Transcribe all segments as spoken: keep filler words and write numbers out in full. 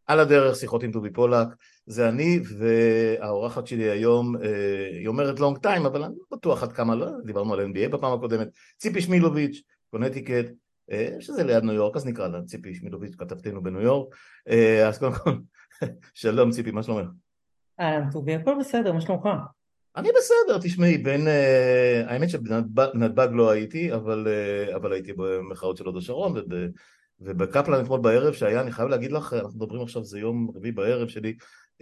על הדרך, שיחות עם טובי פולק, זה אני, והאורחת שלי היום, היא אומרת long time, אבל אני בטוח עד כמה לא, דיברנו על אן בי איי בפעם הקודמת, ציפי שמילוביץ', קונטיקט, שזה ליד ניו יורק, אז נקרא לה ציפי שמילוביץ', כתבתנו בניו יורק, אז קודם כל, שלום ציפי, מה שלומך? אהלן טובי, הכל בסדר, מה שלומך? אני בסדר, תשמעי, בין, האמת שבנתב"ג לא הייתי, אבל, אבל הייתי במחאות של הוד השרון, וב, ובקפלן אתמול בערב שהיה, אני חייב להגיד לך, אנחנו מדברים עכשיו, זה יום רביעי בערב שלי,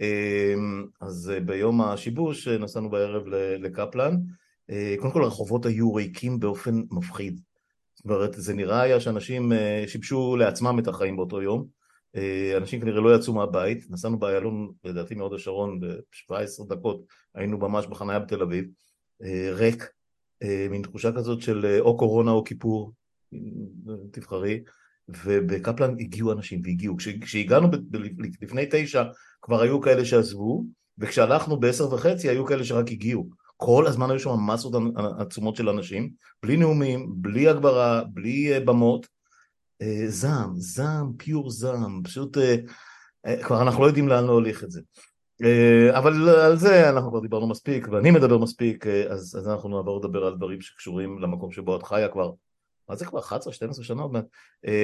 אז ביום השיבוש נסענו בערב לקפלן, קודם כל הרחובות היו ריקים באופן מפחיד, זאת אומרת, זה נראה היה שאנשים שיבשו לעצמם את החיים באותו יום, אנשים כנראה לא יצאו מהבית, נסענו באיילון, לדעתי מהוד השרון, ב-שבע עשרה דקות, היינו ממש בחניה בתל אביב, ריק, מין תחושה כזאת של או קורונה או כיפור, תבחרי, ובקפלן הגיעו אנשים, והגיעו, כשהגענו לפני תשע, כבר היו כאלה שעזבו, וכשהלכנו בעשר וחצי, היו כאלה שרק הגיעו, כל הזמן היו שם מסות עצומות של אנשים, בלי נאומים, בלי הגברה, בלי במות, זעם, זעם, פיור זעם, פשוט כבר אנחנו לא יודעים לאן להוליך את זה. אבל על זה אנחנו כבר דיברנו מספיק, ואני מדבר מספיק, אז, אז אנחנו נעבור לדבר על דברים שקשורים למקום שבו את חיה כבר, מה זה כבר אחת עשרה שתים עשרה שנה עוד מעט,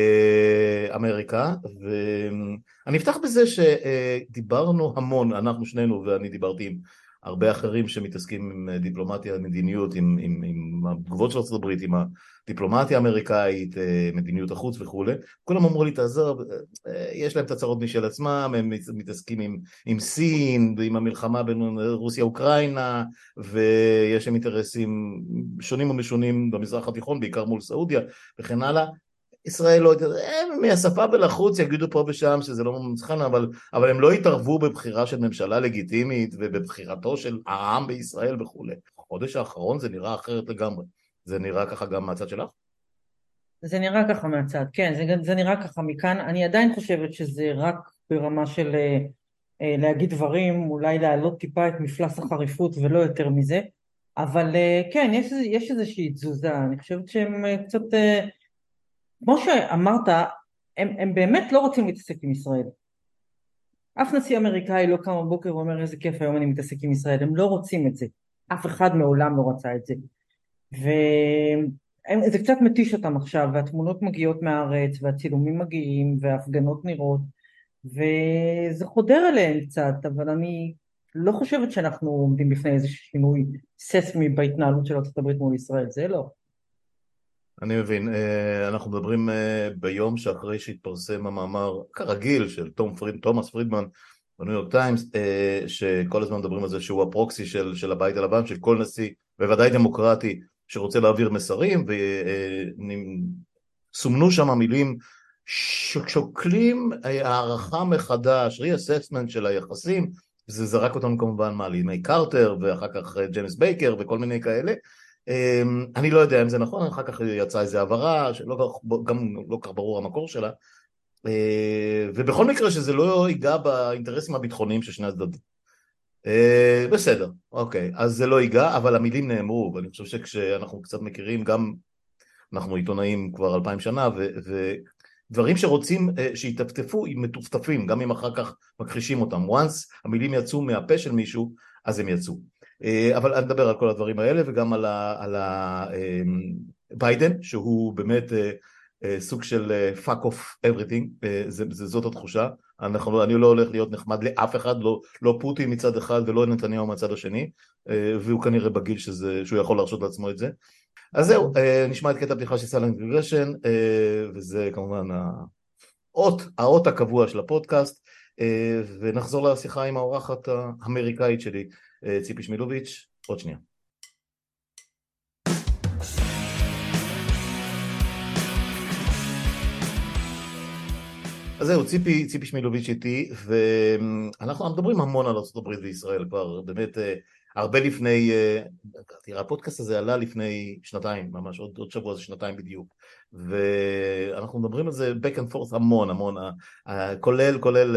אמריקה, ואני אפתח בזה שדיברנו המון, אנחנו שנינו, ואני דיברתי עם הרבה אחרים שמתעסקים עם דיפלומטיה, מדיניות, עם, עם, עם התגובות של ארצות הברית, עם הדיפלומטיה האמריקאית, מדיניות החוץ וכו'. כולם אמרו לי, תעזוב, יש להם את הצרות משל עצמם, הם מתעסקים עם, עם סין, ועם המלחמה בין רוסיה-אוקראינה, ויש להם אינטרסים שונים ומשונים במזרח התיכון, בעיקר מול סעודיה, וכן הלאה. ישראל לא, הם מהשפה ולחוץ יגידו פה ושם שזה לא מוצחן, אבל, אבל הם לא יתערבו בבחירה של ממשלה לגיטימית ובבחירתו של העם בישראל וכו'. החודש האחרון זה נראה אחרת לגמרי. זה נראה ככה גם מהצד שלך? זה נראה ככה מהצד, כן, זה, זה נראה ככה מכאן. אני עדיין חושבת שזה רק ברמה של אה, אה, להגיד דברים, אולי להעלות טיפה את מפלס החריפות ולא יותר מזה, אבל אה, כן, יש, יש איזושהי תזוזה. אני חושבת שהם אה, קצת, אה, כמו שאמרת, הם, הם באמת לא רוצים להתעסק עם ישראל. אף נשיא אמריקאי לא קם בבוקר ואומר איזה כיף היום אני מתעסק עם ישראל, הם לא רוצים את זה. אף אחד מעולם לא רצה את זה. וזה קצת מתיש אותם עכשיו, והתמונות מגיעות מהארץ, והצילומים מגיעים, וההפגנות נראות, וזה חודר אליהם קצת, אבל אני לא חושבת שאנחנו עומדים בפני איזה שינוי ססמי בהתנהלות של ארצות הברית מול ישראל, זה לא. אני מבין, אנחנו מדברים ביום שאחרי שהתפרסם המאמר כרגיל של תום פריד, תומאס פרידמן בניו יורק טיימס, שכל הזמן מדברים על זה שהוא הפרוקסי של, של הבית הלבן, של כל נשיא, בוודאי דמוקרטי, שרוצה להעביר מסרים, וסומנו שם המילים ששוקלים הערכה מחדש, re-assessment של היחסים, זה זרק אותנו כמובן מה, לימי קרטר, ואחר כך ג'יימס בייקר וכל מיני כאלה, אני לא יודע אם זה נכון, אחר כך יצאה איזו הבהרה, גם לא כך ברור המקור שלה, ובכל מקרה שזה לא ייגע באינטרסים הביטחוניים של שני הצדדים. בסדר, אוקיי, אז זה לא ייגע, אבל המילים נאמרו, ואני חושב שכשאנחנו קצת מכירים, גם אנחנו עיתונאים כבר אלפיים שנה, ודברים שרוצים שיטפטפו, הם מטופטפים, גם אם אחר כך מכחישים אותם. once המילים יצאו מהפה של מישהו, אז הם יצאו. אבל אני מדבר על כל הדברים האלה, וגם על ה, על ה ביידן, שהוא באמת סוג של fuck off everything, זה, זה, זאת התחושה. אנחנו, אני לא הולך להיות נחמד לאף אחד, לא, לא פוטין מצד אחד ולא נתניהו מצד השני, והוא כנראה בגיל שזה, שהוא יכול להרשות לעצמו את זה. אז זהו, נשמע את קטע הפתיחה של סלנט וגרשן, וזה כמובן האות, האות הקבוע של הפודקאסט, ונחזור לשיחה עם האורחת האמריקאית שלי, ציפי שמילוביץ', עוד שנייה. אז זהו, ציפי, ציפי שמילוביץ' איתי, ואנחנו מדברים המון על ארצות הברית וישראל כבר, באמת הרבה לפני, תראה, הפודקאסט הזה עלה לפני שנתיים, ממש עוד, עוד שבוע זה שנתיים בדיוק, ואנחנו מדברים על זה back and forth המון, המון, כולל, כולל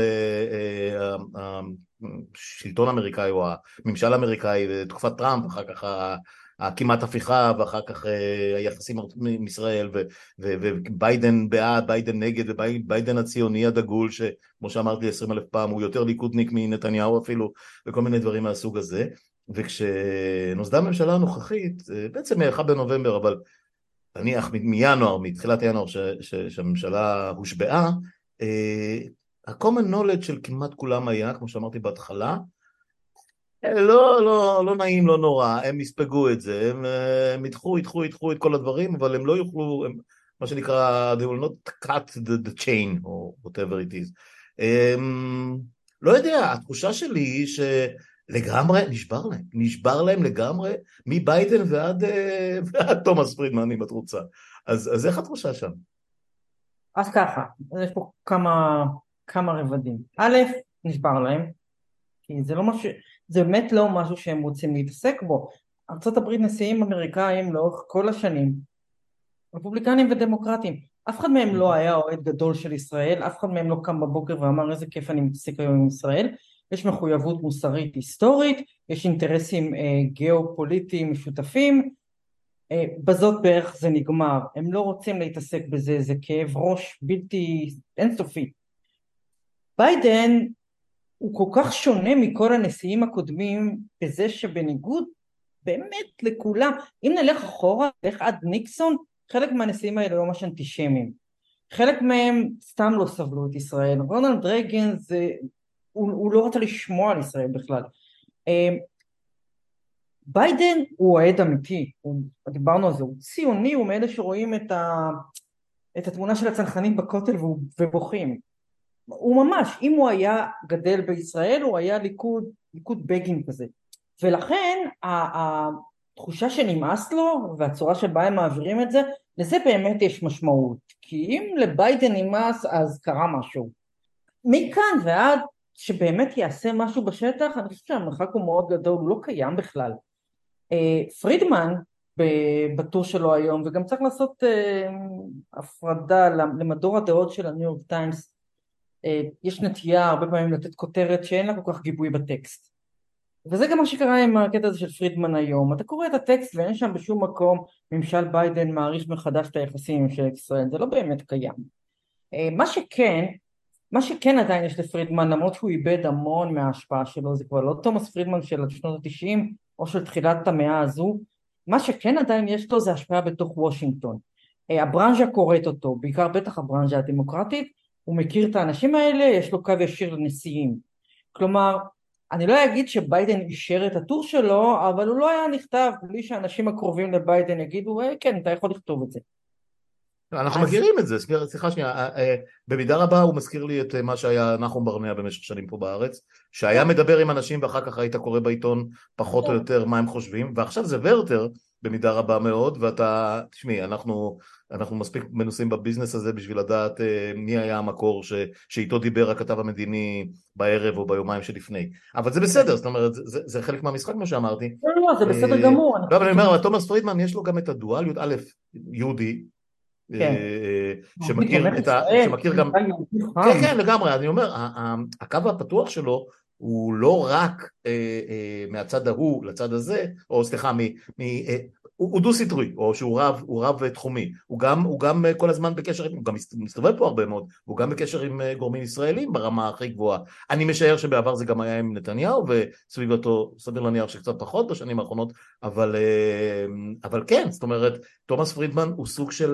השלטון האמריקאי או הממשל האמריקאי, תקופת טראמפ, אחר כך הכמעט הפיכה, ואחר כך היחסים עם ישראל, וביידן בעד, ביידן נגד, וביידן הציוני הדגול, שכמו שאמרתי עשרים אלף פעם, הוא יותר ליכודניק מנתניהו אפילו, וכל מיני דברים מהסוג הזה. וכשנוסדה הממשלה הנוכחית, בעצם מ-אחד בנובמבר, אבל נניח מינואר, מתחילת ינואר שהממשלה הושבעה, ה-common knowledge של כמעט כולם היה, כמו שאמרתי בהתחלה, לא, לא, לא נעים, לא נורא, הם יספגו את זה, הם, הם ידחו, ידחו, ידחו את כל הדברים, אבל הם לא יוכלו, הם, מה שנקרא, they will not cut the, the chain, או whatever it is. הם, לא יודע, התחושה שלי היא שלגמרי נשבר להם, נשבר להם לגמרי, מביידן ועד, ועד תומאס פרידמן, אם את רוצה. אז, אז איך התחושה שם? אז ככה, יש פה כמה, כמה רבדים. א', נשבר להם, כי זה לא משהו, זה באמת לא משהו שהם רוצים להתעסק בו. ארצות הברית נשיאים אמריקאים לאורך כל השנים, רפובליקנים ודמוקרטים, אף אחד מהם לא היה אוהד גדול של ישראל, אף אחד מהם לא קם בבוקר ואמר איזה כיף אני מתעסק היום עם ישראל. יש מחויבות מוסרית היסטורית, יש אינטרסים אה, גיאופוליטיים משותפים, אה, בזאת בערך זה נגמר. הם לא רוצים להתעסק בזה, זה כאב ראש בלתי אינסופי. ביידן הוא כל כך שונה מכל הנשיאים הקודמים בזה שבניגוד באמת לכולם, אם נלך אחורה, נלך עד ניקסון, חלק מהנשיאים האלה לא ממש אנטישמים, חלק מהם סתם לא סבלו את ישראל. רונלד רייגן זה, הוא, הוא לא רצה לשמוע על ישראל בכלל. ביידן הוא אוהד אמיתי, הוא, דיברנו על זה, הוא ציוני, הוא מאלה שרואים את, ה, את התמונה של הצנחנים בכותל ובוכים. הוא ממש, אם הוא היה גדל בישראל, הוא היה ליכוד, ליכוד בגין כזה. ולכן התחושה שנמאס לו, והצורה שבה הם מעבירים את זה, לזה באמת יש משמעות. כי אם לביידן נמאס, אז קרה משהו. מכאן ועד שבאמת יעשה משהו בשטח, אני חושבת שהמרחק הוא מאוד גדול, הוא לא קיים בכלל. פרידמן, בטור שלו היום, וגם צריך לעשות הפרדה למדור הדעות של הניו יורק טיימס, יש נטייה הרבה פעמים לתת כותרת שאין לה כל כך גיבוי בטקסט, וזה גם מה שקרה עם הקטע הזה של פרידמן היום. אתה קורא את הטקסט ואין שם בשום מקום ממשל ביידן מעריך מחדש את היחסים עם ממשלת ישראל, זה לא באמת קיים. מה שכן, מה שכן עדיין יש לפרידמן, למרות שהוא איבד המון מההשפעה שלו, זה כבר לא תומאס פרידמן של שנות ה-תשעים או של תחילת המאה הזו, מה שכן עדיין יש לו זה השפעה בתוך וושינגטון. הברנז'ה קוראת אותו, בעיקר בטח הברנז'ה הדמוקרטית, הוא מכיר את האנשים האלה, יש לו קו ישיר לנשיאים. כלומר, אני לא אגיד שביידן אישר את הטור שלו, אבל הוא לא היה נכתב בלי שאנשים הקרובים לביידן יגידו, כן, אתה יכול לכתוב את זה. אנחנו מכירים את זה, סליחה שנייה, במידה רבה הוא מזכיר לי את מה שהיה נחום ברנע במשך שנים פה בארץ, שהיה מדבר עם אנשים ואחר כך היית קורא בעיתון פחות או יותר מה הם חושבים, ועכשיו זה ורטר במידה רבה מאוד, ואתה, תשמעי, אנחנו, אנחנו מספיק מנוסים בביזנס הזה בשביל לדעת מי היה המקור ש, שאיתו דיבר הכתב המדיני בערב או ביומיים שלפני, אבל זה בסדר, זאת אומרת, זה, זה חלק מהמשחק מה שאמרתי. לא, לא, זה בסדר גמור. לא, אבל אני אומר, תומאס פרידמן יש לו גם את הדואליות, א', יהודי, שמכיר את ה... שמכיר גם... כן, כן, לגמרי, אני אומר, הקו הפתוח שלו הוא לא רק מהצד ההוא לצד הזה, או סליחה, הוא דו סטרי, או שהוא רב, הוא רב תחומי, הוא גם, הוא גם כל הזמן בקשר, הוא גם מסתובב פה הרבה מאוד, הוא גם בקשר עם גורמים ישראלים ברמה הכי גבוהה. אני משער שבעבר זה גם היה עם נתניהו, וסביבתו סביר להניח שקצת פחות בשנים האחרונות, אבל, אבל כן, זאת אומרת, תומאס פרידמן הוא סוג של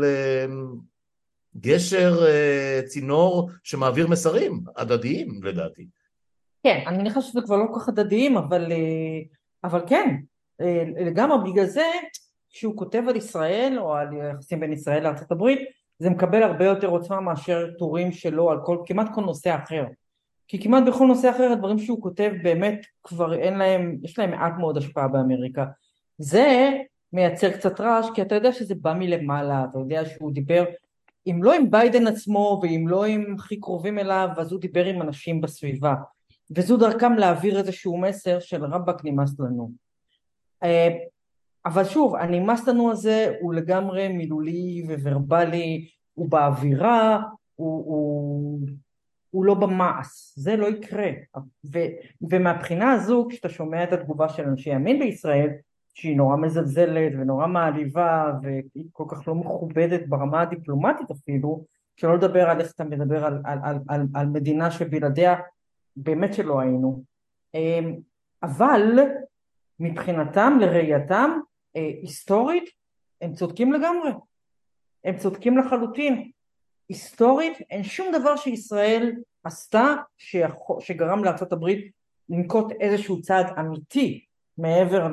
גשר, צינור, שמעביר מסרים הדדיים, לדעתי. כן, אני מניחה שזה כבר לא כל כך הדדיים, אבל, אבל כן, לגמרי בגלל זה, כשהוא כותב על ישראל או על יחסים בין ישראל לארצות הברית, זה מקבל הרבה יותר עוצמה מאשר טורים שלו על כל, כמעט כל נושא אחר. כי כמעט בכל נושא אחר הדברים שהוא כותב באמת כבר אין להם, יש להם מעט מאוד השפעה באמריקה. זה מייצר קצת רעש, כי אתה יודע שזה בא מלמעלה, אתה יודע שהוא דיבר, אם לא עם ביידן עצמו ואם לא עם הכי קרובים אליו, אז הוא דיבר עם אנשים בסביבה. וזו דרכם להעביר איזשהו מסר של רבק נמאס לנו. אבל שוב, הנמאס לנו הזה הוא לגמרי מילולי וורבלי, הוא באווירה, הוא, הוא, הוא לא במעש, זה לא יקרה. ו, ומהבחינה הזו, כשאתה שומע את התגובה של אנשי ימין בישראל, שהיא נורא מזלזלת ונורא מעליבה והיא כל כך לא מכובדת ברמה הדיפלומטית אפילו, שלא לדבר על איך אתה מדבר על, על, על, על, על מדינה שבלעדיה באמת שלא היינו. אבל מבחינתם, לראייתם, היסטורית, הם צודקים לגמרי. הם צודקים לחלוטין. היסטורית, אין שום דבר שישראל עשתה שיכול, שגרם לארצות הברית לנקוט איזשהו צעד אמיתי מעבר ל...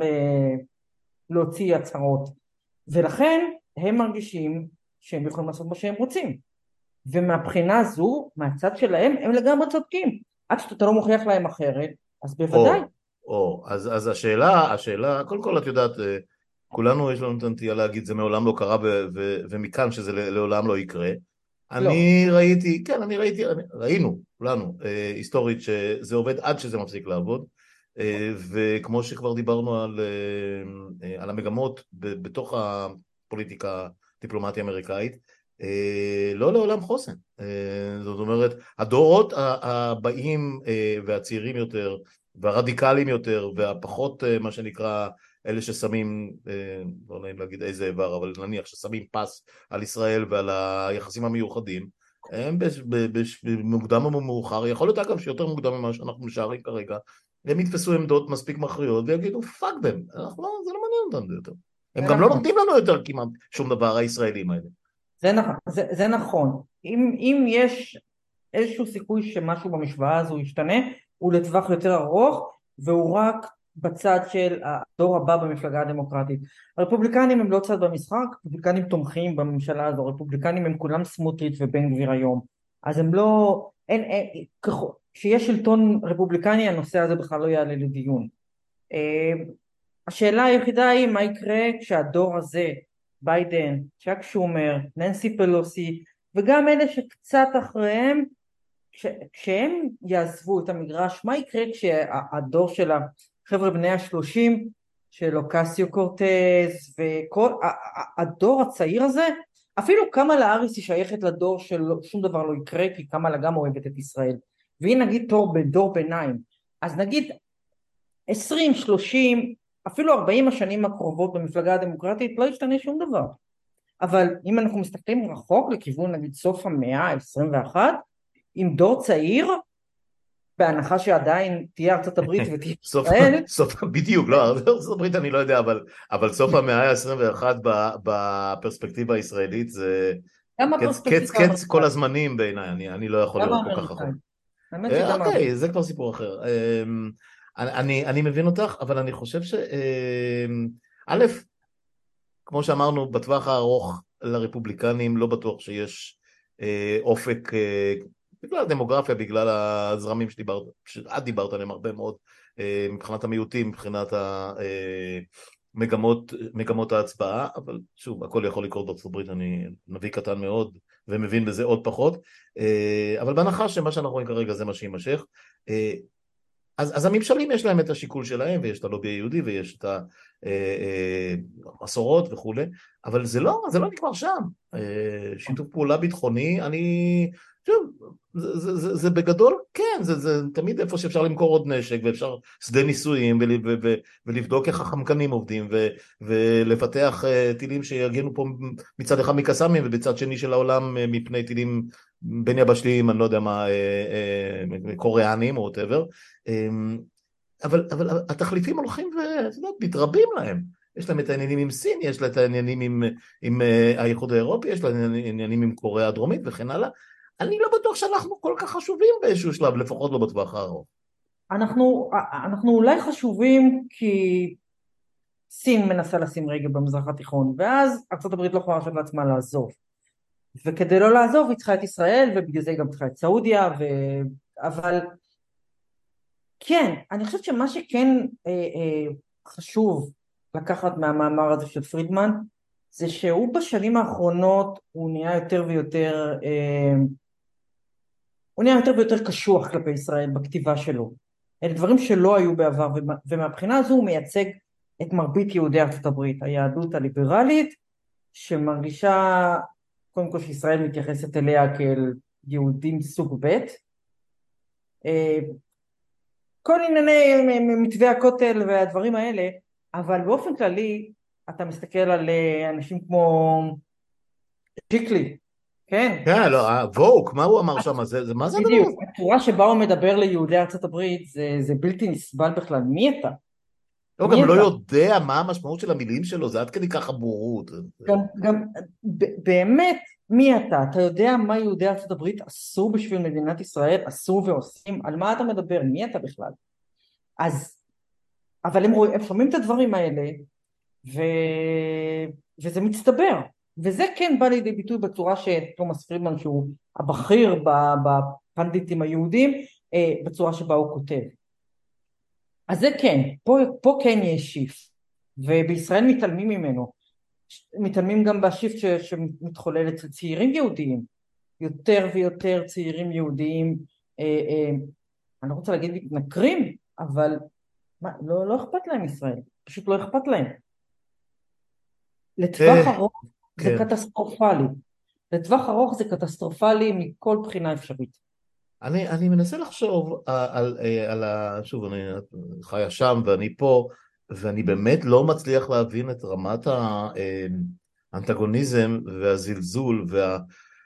להוציא הצהרות. ולכן הם מרגישים שהם יכולים לעשות מה שהם רוצים. ומהבחינה הזו, מהצד שלהם, הם לגמרי צודקים. עד שאתה לא מוכיח להם אחרת, אז בוודאי. או, או, אז, אז השאלה, השאלה, קודם כל את יודעת, כולנו יש לנו נטייה להגיד, זה מעולם לא קרה, ו- ו- ומכאן שזה לעולם לא יקרה. לא. אני ראיתי, כן, אני ראיתי, ראינו, כולנו, אה, היסטורית, שזה עובד עד שזה מפסיק לעבוד, אה, וכמו שכבר דיברנו על, אה, אה, על המגמות ב- בתוך הפוליטיקה הדיפלומטיה האמריקאית, אה, לא לעולם חוסן. אה, זאת אומרת, הדורות הבאים אה, והצעירים יותר, והרדיקליים יותר, והפחות, אה, מה שנקרא, אלה ששמים, אה, לא נעים להגיד איזה איבר, אבל נניח ששמים פס על ישראל ועל היחסים המיוחדים, הם במוקדם או מאוחר, יכול להיות אגב שיותר מוקדם ממה שאנחנו משערים כרגע, הם יתפסו עמדות מספיק מכריעות ויגידו פאק דם, אנחנו לא, זה לא מעניין אותנו יותר. הם זה גם לא נכון. נותנים לנו יותר כמעט שום דבר, הישראלים האלה. זה נכון. זה, זה נכון. אם, אם יש איזשהו סיכוי שמשהו במשוואה הזו ישתנה, הוא לטווח יותר ארוך, והוא רק בצד של הדור הבא במפלגה הדמוקרטית. הרפובליקנים הם לא צד במשחק, רפובליקנים תומכים בממשלה הזו, רפובליקנים הם כולם סמוטריץ' ובן גביר היום. אז הם לא, אין, אין, כשיש שלטון רפובליקני, הנושא הזה בכלל לא יעלה לדיון. השאלה היחידה היא מה יקרה כשהדור הזה, ביידן, צ'אק שומר, ננסי פלוסי, וגם אלה שקצת אחריהם, כשהם יעזבו את המגרש, מה יקרה כשהדור של החבר'ה בני השלושים, של אוקסיו קורטז, וכל הדור הצעיר הזה, אפילו קמאלה האריס היא שייכת לדור של שום דבר לא יקרה, כי קמאלה גם אוהבת את ישראל, והיא נגיד תור בדור ביניים, אז נגיד עשרים, שלושים, אפילו ארבעים השנים הקרובות במפלגה הדמוקרטית לא ישתנה שום דבר. אבל אם אנחנו מסתכלים רחוק לכיוון נגיד סוף המאה ה-עשרים ואחת, עם דור צעיר, בהנחה שעדיין תהיה ארצות הברית ותהיה ישראל. סוף, בדיוק, לא, ארצות הברית אני לא יודע, אבל, אבל סוף המאה ה-עשרים ואחת בפרספקטיבה הישראלית זה גם קץ, קץ, הפרספקטיבה קץ כל האמריקאית. הזמנים בעיניי, אני, אני לא יכול גם לראות כל כך רחוק. האמריקאית. האמת שגם האמריקאית. אוקיי, זה כבר סיפור אחר. אני, אני מבין אותך, אבל אני חושב ש... א', כמו שאמרנו, בטווח הארוך לרפובליקנים לא בטוח שיש אופק, בגלל הדמוגרפיה, בגלל הזרמים שדיברת, שאת דיברת עליהם הרבה מאוד, מבחינת המיעוטים, מבחינת המגמות, מגמות ההצבעה, אבל שוב, הכל יכול לקרות בארצות הברית, אני נביא קטן מאוד, ומבין בזה עוד פחות, אבל בהנחה שמה שאנחנו רואים כרגע זה מה שימשך, אז, אז הממשלים יש להם את השיקול שלהם, ויש את הלובי היהודי, ויש את המסורות וכו', אבל זה לא, זה לא נגמר שם. שיתוף פעולה ביטחוני, אני, שוב, זה, זה, זה, זה בגדול, כן, זה, זה תמיד איפה שאפשר למכור עוד נשק, ואפשר שדה ניסויים, ול, ו, ו, ולבדוק איך החמקנים עובדים, ו, ולפתח טילים שיגנו פה מצד אחד מקסאמים, ובצד שני של העולם מפני טילים בין יבשתיים, אני לא יודע מה, קוריאנים או whatever, אבל, אבל התחליפים הולכים ומתרבים להם. יש להם את העניינים עם סין, יש להם את העניינים עם, עם האיחוד האירופי, יש להם עניינים עם קוריאה הדרומית וכן הלאה. אני לא בטוח שאנחנו כל כך חשובים באיזשהו שלב, לפחות לא בטווח הארוך. אנחנו, אנחנו אולי חשובים כי סין מנסה לשים רגל במזרח התיכון, ואז ארצות הברית לא יכולה עכשיו לעצמה לעזוב. וכדי לא לעזוב היא צריכה את ישראל, ובגלל זה היא גם צריכה את סעודיה, ו... אבל כן, אני חושבת שמה שכן אה, אה, חשוב לקחת מהמאמר הזה של פרידמן, זה שהוא בשנים האחרונות הוא נהיה יותר ויותר, אה, הוא נהיה יותר ויותר קשוח כלפי ישראל בכתיבה שלו. אלה דברים שלא היו בעבר, ומהבחינה הזו הוא מייצג את מרבית יהודי ארצות הברית, היהדות הליברלית, שמרגישה קודם כל שישראל מתייחסת אליה כאל יהודים סוג ב', כל ענייני מתווה הכותל והדברים האלה, אבל באופן כללי, אתה מסתכל על אה, אנשים כמו שיקלי, כן? כן, לא, אה, ווק, מה הוא אמר שם? זה, זה, מה זה הדבר בדיוק, הזה? הצורה שבה הוא מדבר ליהודי ארצות הברית זה, זה בלתי נסבל בכלל. מי אתה? הוא מי גם לא אתה? יודע מה המשמעות של המילים שלו, זה עד כדי ככה בורות. גם, גם ב- באמת, מי אתה? אתה יודע מה יהודי ארצות הברית עשו בשביל מדינת ישראל? עשו ועושים? על מה אתה מדבר? מי אתה בכלל? אז, אבל הם, רואים- הם שומעים את הדברים האלה, ו... וזה מצטבר. וזה כן בא לידי ביטוי בצורה שתומאס פרידמן, שהוא הבכיר ב- בפנדיטים היהודים, אה, בצורה שבה הוא כותב. אז זה כן, פה, פה כן יש שיף, ובישראל מתעלמים ממנו. מתעלמים גם בשיפט ש- שמתחולל אצל צעירים יהודיים. יותר ויותר צעירים יהודיים, אה, אה, אני לא רוצה להגיד מתנכרים, אבל מה, לא, לא אכפת להם ישראל, פשוט לא אכפת להם. לטווח אה, ארוך זה כן. קטסטרופלי. לטווח ארוך זה קטסטרופלי מכל בחינה אפשרית. אני, אני מנסה לחשוב על, על, על ה... שוב, אני חיה שם ואני פה, ואני באמת לא מצליח להבין את רמת האנטגוניזם והזלזול וה,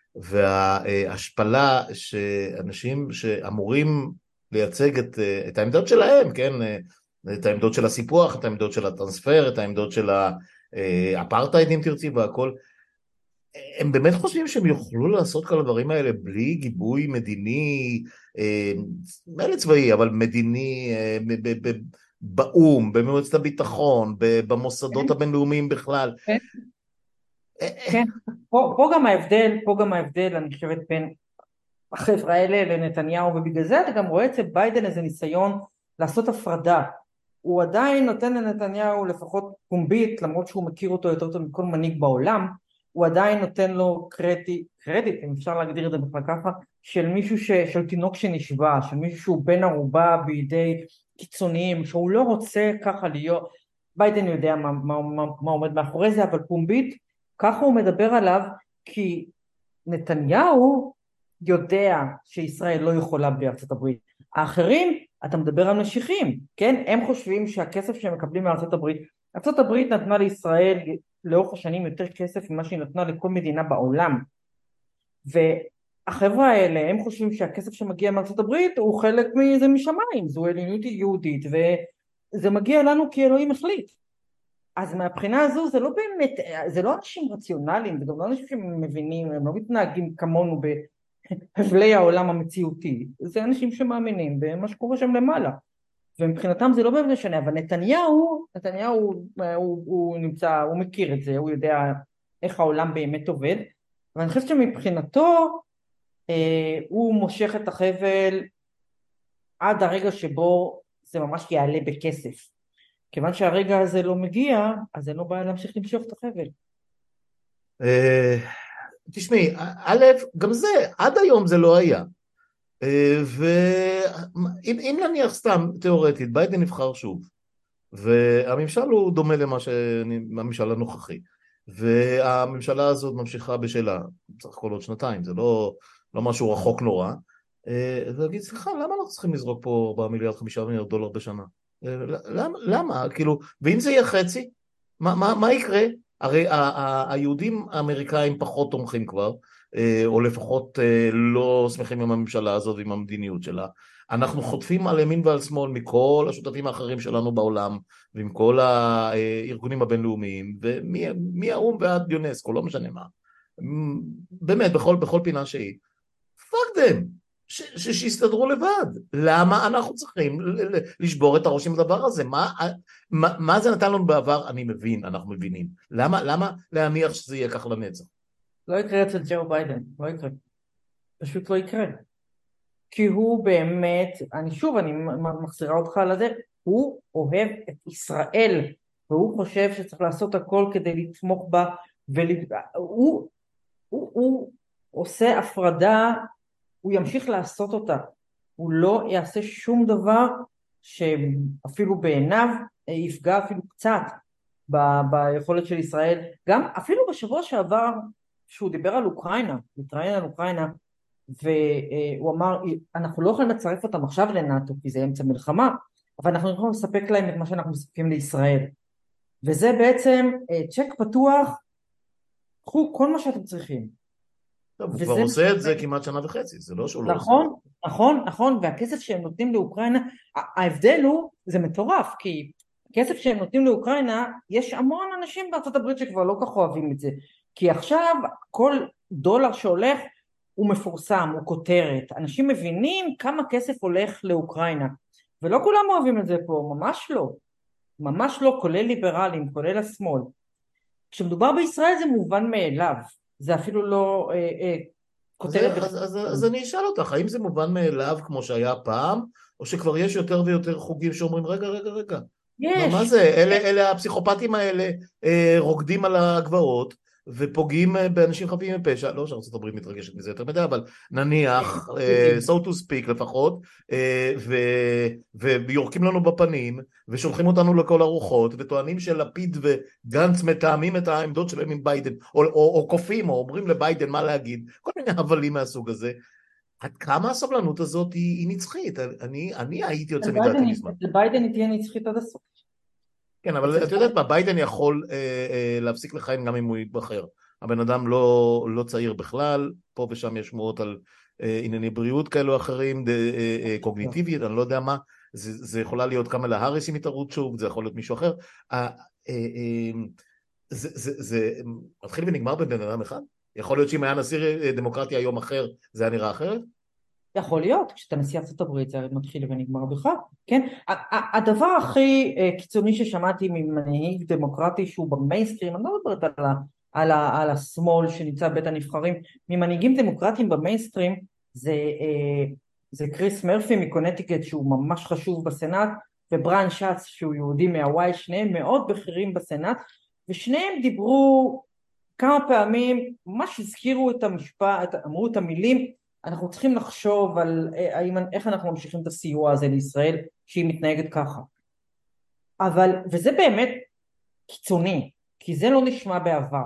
וההשפלה שאנשים שאמורים לייצג את, את העמדות שלהם, כן? את העמדות של הסיפוח, את העמדות של הטרנספר, את העמדות של האפרטהייד אם תרצי והכל, הם באמת חושבים שהם יוכלו לעשות כל הדברים האלה בלי גיבוי מדיני, אה, מילא צבאי, אבל מדיני, אה, ב- ב- באו"ם, במועצת הביטחון, ב- במוסדות הבינלאומיים בכלל. כן, אה, אה, כן. פה, פה גם ההבדל, פה גם ההבדל, אני חושבת, בין החבר'ה האלה לנתניהו, ובגלל זה אתה גם רואה אצל ביידן איזה ניסיון לעשות הפרדה. הוא עדיין נותן לנתניהו לפחות פומבית, למרות שהוא מכיר אותו יותר טוב מכל מנהיג בעולם, הוא עדיין נותן לו קרדיט, קרדיט, אם אפשר להגדיר את זה בכלל ככה, של מישהו ש, של תינוק שנשבע, של מישהו שהוא בן ערובה בידי קיצוניים, שהוא לא רוצה ככה להיות. ביידן יודע מה, מה, מה, מה עומד מאחורי זה, אבל פומבית, ככה הוא מדבר עליו, כי נתניהו יודע שישראל לא יכולה בלי ארצות הברית. האחרים, אתה מדבר על משיחים, כן? הם חושבים שהכסף שהם מקבלים מארצות הברית, ארצות הברית נתנה לישראל לאורך השנים יותר כסף ממה שהיא נתנה לכל מדינה בעולם. והחבר'ה האלה, הם חושבים שהכסף שמגיע מארצות הברית הוא חלק מזה משמיים, זו עליונות יהודית, וזה מגיע לנו כי אלוהים החליט. אז מהבחינה הזו זה לא באמת, זה לא אנשים רציונליים, זה גם לא אנשים שמבינים, הם לא מתנהגים כמונו בהבלי העולם המציאותי, זה אנשים שמאמינים במה שקורה שם למעלה, ומבחינתם זה לא באמת משנה, אבל נתניהו, נתניהו הוא, הוא, הוא נמצא, הוא מכיר את זה, הוא יודע איך העולם באמת עובד, ואני חושבת שמבחינתו אה, הוא מושך את החבל עד הרגע שבו זה ממש יעלה בכסף. כיוון שהרגע הזה לא מגיע, אז אין לו בעיה להמשיך למשוך את החבל. אה, תשמעי, א', גם זה, עד היום זה לא היה. אה, ואם אם נניח סתם, תיאורטית, ביידן נבחר שוב, והממשל הוא דומה למה שהממשל הנוכחי, והממשלה הזאת ממשיכה בשלה, צריך כל עוד שנתיים, זה לא, לא משהו רחוק נורא, אה, ולהגיד, סליחה, למה אנחנו צריכים לזרוק פה ארבעה מיליארד, חמישה מיליארד דולר בשנה? אה, למה? למה? כאילו, ואם זה יהיה חצי, מה, מה, מה יקרה? הרי ה- ה- היהודים האמריקאים פחות תומכים כבר, אה, או לפחות אה, לא שמחים עם הממשלה הזאת ועם המדיניות שלה. אנחנו חוטפים על ימין ועל שמאל מכל השותפים האחרים שלנו בעולם, ועם כל הארגונים הבינלאומיים, ומהאו"ם ועד יונסקו, לא משנה מה. באמת, בכל, בכל פינה שהיא. fuck them, ש, ש, שיסתדרו לבד. למה אנחנו צריכים ל- ל- לשבור את הראש עם הדבר הזה? מה, מה, מה זה נתן לנו בעבר? אני מבין, אנחנו מבינים. למה, למה להניח שזה יהיה כך לנצח? לא יקרה אצל ג'ו ביידן, לא יקרה. פשוט לא יקרה. כי הוא באמת, אני שוב, אני מחזירה אותך על זה, הוא אוהב את ישראל, והוא חושב שצריך לעשות הכל כדי לתמוך בה, והוא הוא, הוא עושה הפרדה, הוא ימשיך לעשות אותה. הוא לא יעשה שום דבר שאפילו בעיניו יפגע אפילו קצת ב- ביכולת של ישראל. גם אפילו בשבוע שעבר, שהוא דיבר על אוקראינה, התראיין על אוקראינה, והוא אמר, אנחנו לא יכולים לצרף אותם עכשיו לנאטו, כי זה אמצע מלחמה, אבל אנחנו יכולים לספק להם את מה שאנחנו מספקים לישראל. וזה בעצם אה, צ'ק פתוח, קחו כל מה שאתם צריכים. טוב, הוא כבר וזה עושה את זה כמעט שנה וחצי, זה לא שהוא לא עושה את זה. נכון, נכון, נכון, והכסף שהם נותנים לאוקראינה, ההבדל הוא, זה מטורף, כי כסף שהם נותנים לאוקראינה, יש המון אנשים בארצות הברית שכבר לא כך אוהבים את זה, כי עכשיו כל דולר שהולך הוא מפורסם, הוא כותרת, אנשים מבינים כמה כסף הולך לאוקראינה, ולא כולם אוהבים את זה פה, ממש לא, ממש לא, כולל ליברלים, כולל השמאל. כשמדובר בישראל זה מובן מאליו, זה אפילו לא אה, אה, אז, כותרת אז, אז, אז בכלל. אני אשאל אותך, האם זה מובן מאליו כמו שהיה פעם, או שכבר יש יותר ויותר חוגים שאומרים, רגע, רגע, רגע, מה, מה יש, זה? אלה, אלה הפסיכופטים האלה אה, רוקדים על הגבעות ופוגעים אה, באנשים חפים מפשע, לא שארצות הברית מתרגשת מזה יותר מדי, אבל נניח, אה, יודעים. so to speak לפחות, אה, ו, ויורקים לנו בפנים, ושולחים אותנו לכל הרוחות, וטוענים שלפיד וגנץ מתאמים את העמדות שלהם עם ביידן, או, או, או קופים, או אומרים לביידן מה להגיד, כל מיני הבלים מהסוג הזה. עד כמה הסבלנות הזאת היא, היא נצחית? אני, אני הייתי יוצא מדעתי מזמן. לביידן היא תהיה נצחית עד הסוף. כן, אבל אצל את יודעת מה, ביידן יכול אה, אה, להפסיק לכהן גם אם הוא יתבחר. הבן אדם לא, לא צעיר בכלל, פה ושם יש שמועות על אה, ענייני בריאות כאלו או אחרים, ד, אה, אה, קוגניטיבית, אני לא יודע מה, זה, זה יכולה להיות קמלה האריס אם יתערות שוב, זה יכול להיות מישהו אחר. אה, אה, אה, זה, זה, זה מתחיל ונגמר בבן אדם אחד? יכול להיות שאם היה נשיא אה, דמוקרטי היום אחר, זה היה נראה אחרת? יכול להיות, כשאתה נשיא ארצות הברית זה מתחיל ונגמר בך, כן? ה- ה- הדבר הכי אה, קיצוני ששמעתי ממנהיג דמוקרטי שהוא במיינסטרים, אני לא מדברת על, ה- על, ה- על השמאל שנמצא בבית הנבחרים, ממנהיגים דמוקרטיים במיינסטרים, זה, אה, זה קריס מרפי מקונטיקט שהוא ממש חשוב בסנאט, ובריאן שץ שהוא יהודי מהוואי, שניהם מאוד בכירים בסנאט, ושניהם דיברו כמה פעמים, ממש הזכירו את המשפט, אמרו את המילים, אנחנו צריכים לחשוב על האם, איך אנחנו ממשיכים את הסיוע הזה לישראל שהיא מתנהגת ככה. אבל, וזה באמת קיצוני, כי זה לא נשמע בעבר.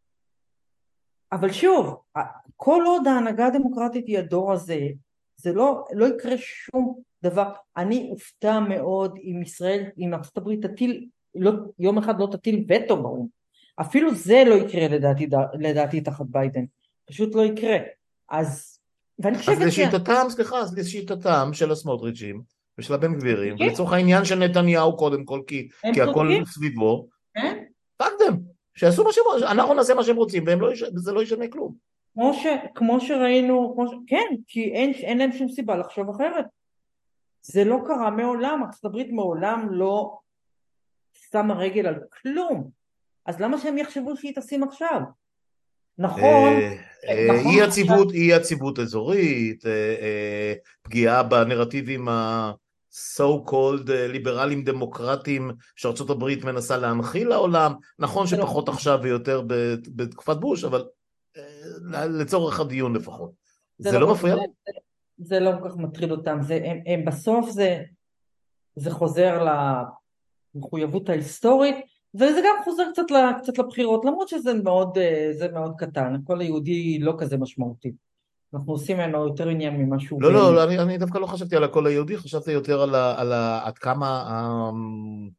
אבל שוב, כל עוד ההנהגה הדמוקרטית היא הדור הזה, זה לא, לא יקרה שום דבר. אני אופתע מאוד אם ישראל, אם ארצות הברית תטיל, לא, יום אחד לא תטיל וטו באו"ם. אפילו זה לא יקרה לדעתי, לדעתי תחת ביידן. פשוט לא יקרה. אז, ואני אז חושבת ש... לשיטתם, סליחה, אז לשיטתם של הסמוטריצ'ים ושל הבן גבירים, ולצורך העניין של נתניהו קודם כל, כי, הם כי הכל צודקים, סביבו, כן? פקדם, שיעשו מה שהם רוצים, אנחנו נעשה מה שהם רוצים, וזה לא ישנה כלום. כמו ש, כמו שראינו, כמו ש, כן, כי אין, אין להם שום סיבה לחשוב אחרת. זה לא קרה מעולם, ארצות הברית מעולם לא שמה רגל על כלום. אז למה שהם יחשבו שהיא תשים עכשיו? נכון, אה, אה, נכון אי שעכשיו, יציבות, אי יציבות אזורית, אה, אה, פגיעה בנרטיבים ה-so called ליברלים דמוקרטיים שארצות הברית מנסה להנחיל לעולם, נכון זה לא, שפחות עכשיו ויותר בתקופת בוש, אבל אה, לצורך הדיון לפחות. זה זה לא לא כל כך, מפריע זה, להם? זה לא כל כך מטריד אותם, זה, הם, הם בסוף זה, זה חוזר למחויבות ההיסטורית, וזה גם חוזר קצת, ל- קצת לבחירות, למרות שזה מאוד, אה, זה מאוד קטן, הקול היהודי לא כזה משמעותי. אנחנו עושים ממנו יותר עניין ממה שהוא לא, לא, באמת. לא, אני, אני דווקא לא חשבתי על הקול היהודי, חשבתי יותר על, ה, על ה, עד כמה, אמ,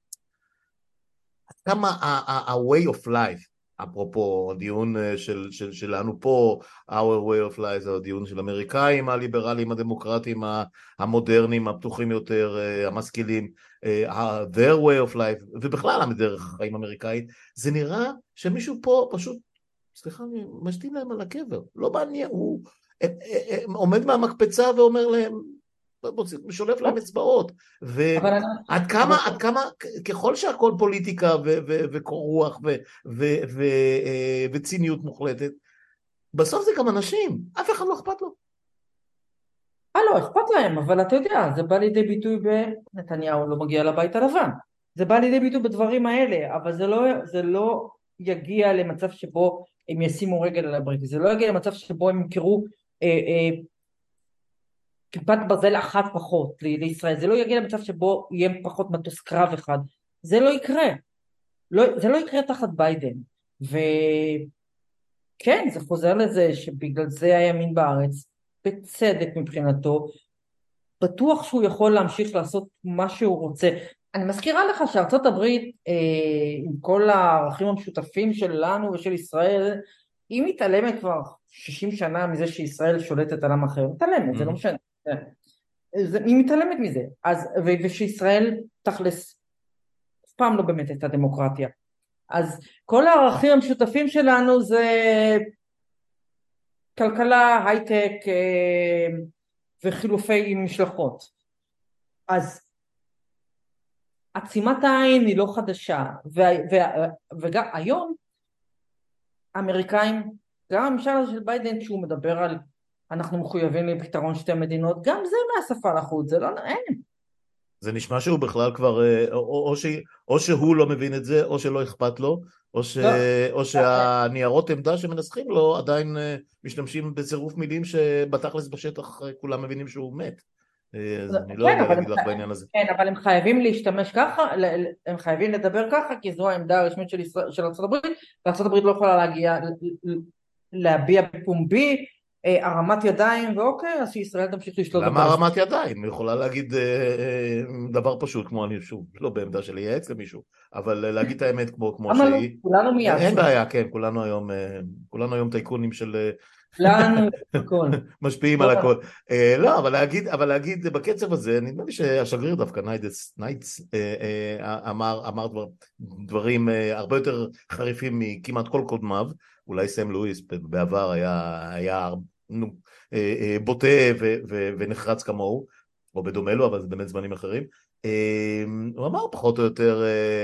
עד כמה ה-way of life, אפרופו הדיון אה, של, של, שלנו פה, our way of life זה הדיון של אמריקאים, הליברלים, הדמוקרטים, ה- המודרניים, הפתוחים יותר, אה, המשכילים, אה, ה- their way of life, ובכלל הדרך החיים האמריקאית, זה נראה שמישהו פה פשוט, סליחה, אני משתין להם על הקבר, לא מעניין, הוא אה, אה, אה, עומד מהמקפצה ואומר להם, שולף להם אצבעות, אבל אני, ועד כמה, אבל עד כמה, ככל שהכל פוליטיקה ו- ו- וקור רוח ו- ו- ו- אה, וציניות מוחלטת, בסוף זה גם אנשים, אף אחד לא אכפת לו. אה לא, אכפת להם, אבל אתה יודע, זה בא לידי ביטוי בנתניהו לא מגיע לבית הלבן. זה בא לידי ביטוי בדברים האלה, אבל זה לא, זה לא יגיע למצב שבו הם ישימו רגל על הברית, זה לא יגיע למצב שבו הם ימכרו אה, אה, כיפת ברזל אחת פחות ל- לישראל, זה לא יגיע למצב שבו יהיה פחות מטוס קרב אחד, זה לא יקרה, לא, זה לא יקרה תחת ביידן, וכן, זה חוזר לזה שבגלל זה הימין בארץ, בצדק מבחינתו, בטוח שהוא יכול להמשיך לעשות מה שהוא רוצה. אני מזכירה לך שארצות הברית, אה, עם כל הערכים המשותפים שלנו ושל ישראל, היא מתעלמת כבר שישים שנה מזה שישראל שולטת על עם אחר, מתעלמת, זה לא Mhm. משנה. זה, היא מתעלמת מזה, אז, ו- ושישראל תכלס אף פעם לא באמת הייתה דמוקרטיה. אז כל הערכים המשותפים שלנו זה כלכלה, הייטק אה, וחילופי משלחות. אז עצימת העין היא לא חדשה, ו- ו- וגם היום האמריקאים, גם הממשל הזה של ביידן שהוא מדבר על אנחנו מחויבים לפתרון שתי מדינות, גם זה מהשפה לחוץ, זה לא, אין. זה נשמע שהוא בכלל כבר, אה, או, או, או, ש, או שהוא לא מבין את זה, או שלא אכפת לו, או, ש, לא, או שהניירות עמדה שמנסחים לו עדיין אה, משתמשים בצירוף מילים שבתכלס בשטח אה, כולם מבינים שהוא מת. אה, אז אני לא כן, יודע אבל הם, להגיד לך בעניין הזה. כן, אבל הם חייבים להשתמש ככה, ל- ל- הם חייבים לדבר ככה, כי זו העמדה הרשמית של, ישראל, של ארצות הברית, וארצות הברית לא יכולה להגיע, ל- ל- להביע בפומבי, אה, הרמת ידיים, ואוקיי, אז שישראל תמשיך לשלוט למה בפלסטין. הרמת ידיים? היא יכולה להגיד אה, אה, דבר פשוט, כמו אני שוב, לא בעמדה של לייעץ למישהו, אבל אה, להגיד את האמת כמו, כמו למה לא? שהיא. כולנו אה, אין מייעצים. בעיה, כן, כולנו היום, אה, כולנו היום טייקונים של אה, לנו יש הכל. משפיעים על הכל. אה, לא, אבל להגיד, אבל להגיד בקצב הזה, נדמה לי שהשגריר דווקא ניידס, נייטס אה, אה, אמר, אמר דבר, דברים אה, הרבה יותר חריפים מכמעט כל קודמיו. אולי סם לואיס בעבר היה, היה נו, אה, אה, בוטה ו, ו, ונחרץ כמוהו, או בדומה לו, אבל זה באמת זמנים אחרים. אה, הוא אמר פחות או יותר,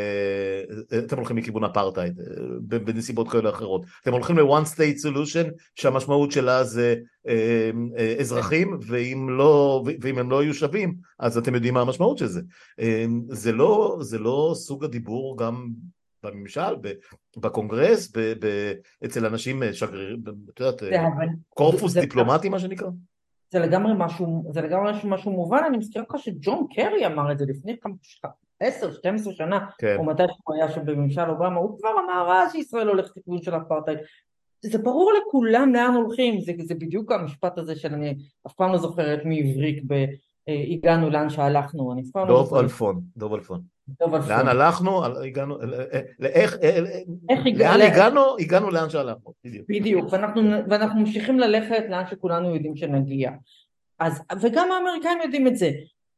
אה, אתם הולכים לכיוון אפרטהייד, אה, בנסיבות כאלה אחרות. אתם הולכים ל-one state solution, שהמשמעות שלה זה אה, אה, אזרחים, ואם לא, ואם הם לא יהיו שווים, אז אתם יודעים מה המשמעות של זה. אה, זה לא, זה לא סוג הדיבור גם בממשל, בקונגרס, ב, ב, אצל אנשים שגרירים, את יודעת, זה, אבל, זה, קורפוס זה, דיפלומטי מה שנקרא. זה לגמרי משהו, זה לגמרי משהו, משהו מובן, אני מזכיר לך שג'ון קרי אמר את זה לפני כמה, עשר, שתים עשרה שנה, כן. או מתי שהוא היה שם בממשל אובמה, הוא כבר אמר אז שישראל הולכת לכיוון של אפרטהייד. זה ברור לכולם לאן הולכים, זה, זה בדיוק המשפט הזה של אני אף פעם לא זוכרת מי הבריק ב... אה, הגענו לאן שהלכנו, אני אף פעם לא דוב זוכרת. אלפון, דוב אלפון. טוב לאן אלפון. הלכנו, הגענו, לאיך, איך לאן הגע... הגענו, הגענו לאן שהלכנו, בדיוק. בדיוק, ואנחנו, ואנחנו ממשיכים ללכת לאן שכולנו יודעים שנגיע. אז, וגם האמריקאים יודעים את זה.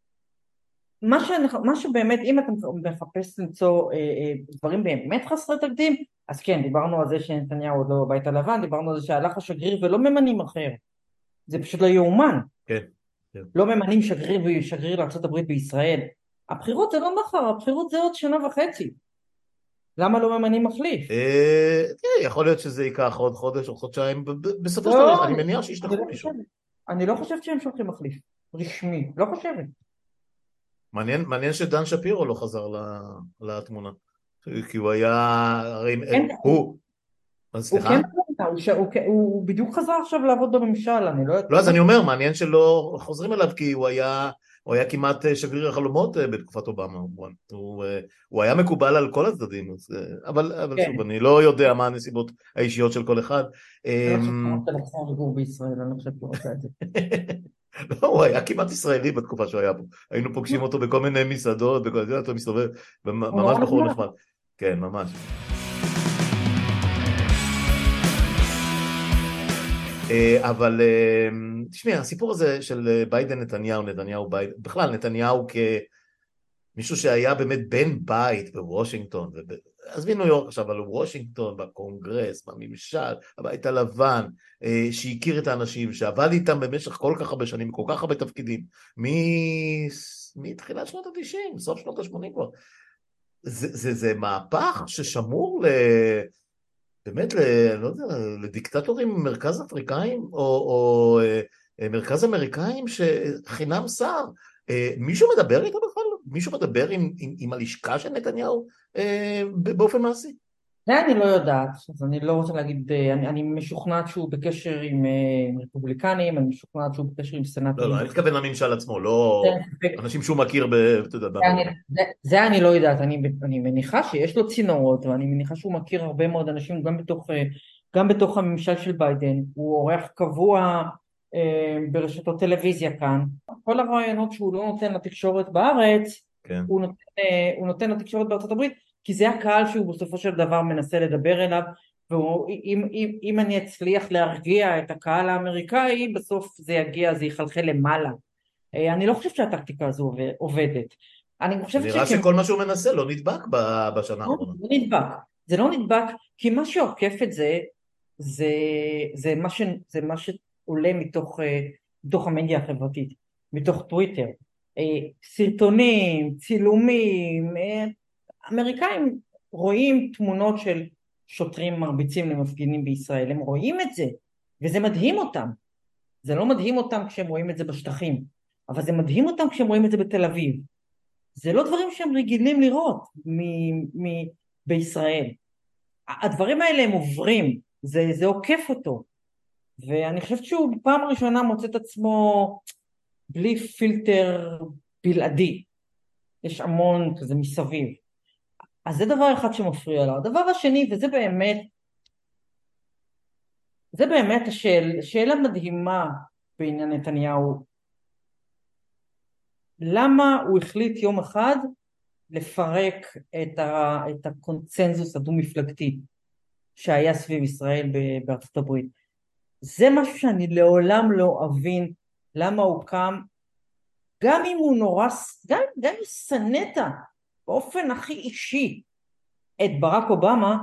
מה, שאנחנו, מה שבאמת, אם אתה מחפש למצוא אה, אה, דברים באמת חסרי תקדים, אז כן, דיברנו על זה שנתניהו עוד לא בבית הלבן, דיברנו על זה שהלך השגריר ולא ממנים אחר. זה פשוט לא יאומן. כן, כן. לא ממנים שגריר ושגריר לארצות הברית בישראל. הבחירות זה לא מחר, הבחירות זה עוד שנה וחצי. למה לא ממנים מחליף? אה, יכול להיות שזה ייקח עוד חודש או חודשיים, בסופו של דבר לא, אני אני, מניח אני שישלחו לא מישהו. חושבת. אני לא חושבת שהם שולחים מחליף. רשמי, לא חושבת. מעניין, מעניין שדן שפירו לא חזר לתמונה, כי הוא היה, הרי אין, הוא, אז הוא סליחה? כן, הוא, ש- הוא, הוא בדיוק חזר עכשיו לעבוד בממשל, אני לא יודעת. לא, אז אני אומר, מעניין שלא חוזרים אליו, כי הוא היה, הוא היה כמעט שגריר החלומות בתקופת אובמה, הוא, הוא, הוא היה מקובל על כל הצדדים, אז, אבל, אבל כן, שוב, אני לא יודע מה הנסיבות האישיות של כל אחד. אני לא חושבת שהוא רוצה לחזור לגור בישראל, אני לא חושבת שהוא רוצה את זה. לא, הוא היה כמעט ישראלי בתקופה שהוא היה פה, היינו פוגשים אותו בכל מיני מסעדות, בכל מיני, אתה מסתובב, הוא ממש נורא בחור נחמד. נחמד, כן, ממש. אבל תשמעי, הסיפור הזה של ביידן נתניהו, נתניהו ביידן, בכלל נתניהו כמישהו שהיה באמת בן בית בוושינגטון, עזבי ניו יורק עכשיו, אבל וושינגטון, בקונגרס, בממשל, הבית הלבן, שהכיר את האנשים, שעבד איתם במשך כל כך הרבה שנים, כל כך הרבה תפקידים, מתחילת שנות ה-תשעים, סוף שנות ה-שמונים כבר. זה, זה, זה מהפך ששמור ל... באמת, ל, לא יודע, לדיקטטורים מרכז אפריקאים, או, או אה, מרכז אמריקאים שחינם שר. אה, מישהו מדבר איתו בכלל? מישהו מדבר עם, עם, עם הלשכה של נתניהו אה, באופן מעשי? זה אני לא יודעת, אז אני לא רוצה להגיד, אני, אני משוכנעת שהוא בקשר עם אה, רפובליקנים, אני משוכנעת שהוא בקשר עם לא, לא, סנאטורים. אני מתכוון לממשל עצמו, לא זה, אנשים שהוא מכיר ב, אתה יודע, זה, אני, באמריקה. זה, זה אני לא יודעת, אני, אני מניחה שיש לו צינורות, ואני מניחה שהוא מכיר הרבה מאוד אנשים גם בתוך, אה, גם בתוך הממשל של ביידן, הוא אורח קבוע אה, ברשתות טלוויזיה כאן, כל הרעיונות שהוא לא נותן לתקשורת בארץ, כן. הוא נותן, הוא נותן לתקשורת בארצות הברית, כי זה הקהל שהוא בסופו של דבר מנסה לדבר אליו, ואם אם, אם אני אצליח להרגיע את הקהל האמריקאי, בסוף זה יגיע, זה יחלחל למעלה. אני לא חושבת שהטקטיקה הזו עובדת. אני חושבת נראה שכם... שכל מה שהוא מנסה לא נדבק בשנה לא, האחרונה. לא נדבק. זה לא נדבק, כי מה שעוקף את זה, זה, זה, מה, ש, זה מה שעולה מתוך, מתוך המדיה החברתית, מתוך טוויטר. סרטונים, צילומים, אמריקאים רואים תמונות של שוטרים מרביצים למפגינים בישראל, הם רואים את זה, וזה מדהים אותם. זה לא מדהים אותם כשהם רואים את זה בשטחים, אבל זה מדהים אותם כשהם רואים את זה בתל אביב. זה לא דברים שהם רגילים לראות מ- מ- בישראל. הדברים האלה הם עוברים, זה, זה עוקף אותו. ואני חושבת שהוא בפעם הראשונה מוצא את עצמו בלי פילטר בלעדי. יש המון כזה מסביב. אז זה דבר אחד שמפריע לו. הדבר השני, וזה באמת, זה באמת השאל, שאלה מדהימה בעניין נתניהו. למה הוא החליט יום אחד לפרק את, ה, את הקונצנזוס הדו-מפלגתי שהיה סביב ישראל בארצות הברית? זה משהו שאני לעולם לא אבין למה הוא קם, גם אם הוא נורא, גם, גם אם סנטה באופן הכי אישי את ברק אובמה,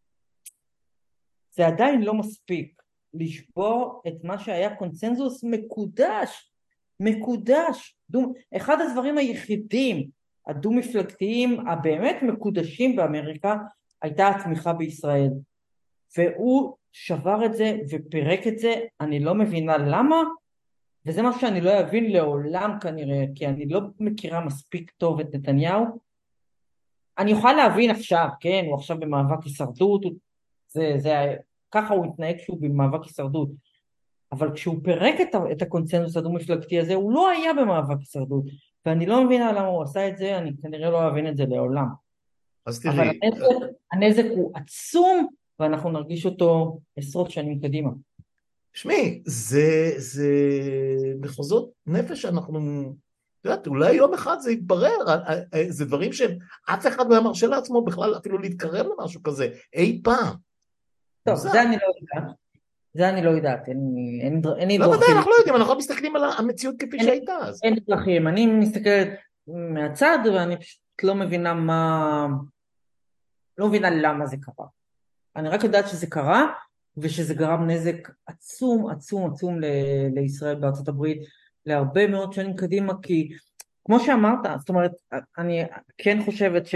זה עדיין לא מספיק לשבור את מה שהיה קונצנזוס מקודש, מקודש. דו, אחד הדברים היחידים הדו-מפלגתיים הבאמת מקודשים באמריקה הייתה התמיכה בישראל, והוא שבר את זה ופירק את זה. אני לא מבינה למה, וזה מה שאני לא אבין לעולם כנראה, כי אני לא מכירה מספיק טוב את נתניהו. אני יכולה להבין עכשיו, כן, הוא עכשיו במאבק הישרדות, זה, זה, ככה הוא התנהג כשהוא במאבק הישרדות, אבל כשהוא פירק את, את הקונצנזוס הדו-מפלגתי הזה, הוא לא היה במאבק הישרדות, ואני לא מבינה למה הוא עשה את זה, אני כנראה לא אבין את זה לעולם. אז אבל תראי, הנזק, הנזק הוא עצום, ואנחנו נרגיש אותו עשרות שנים קדימה. שמי, זה, זה מחוזות נפש שאנחנו, את יודעת, אולי יום אחד זה יתברר, זה דברים שאף אחד לא היה מרשה לעצמו בכלל אפילו להתקרב למשהו כזה, אי פעם. טוב, מוזר. זה אני לא יודעת. זה אני לא יודעת, אין, אין, אין לי לא, דרכים. ודאי, אנחנו לא יודעים, אנחנו לא מסתכלים על המציאות כפי אין, שהייתה אז. אין דרכים, אני מסתכלת מהצד, ואני פשוט לא מבינה מה, לא מבינה למה זה קרה. אני רק יודעת שזה קרה, ושזה גרם נזק עצום, עצום, עצום ל- לישראל בארצות הברית, להרבה מאוד שנים קדימה, כי כמו שאמרת, זאת אומרת, אני כן חושבת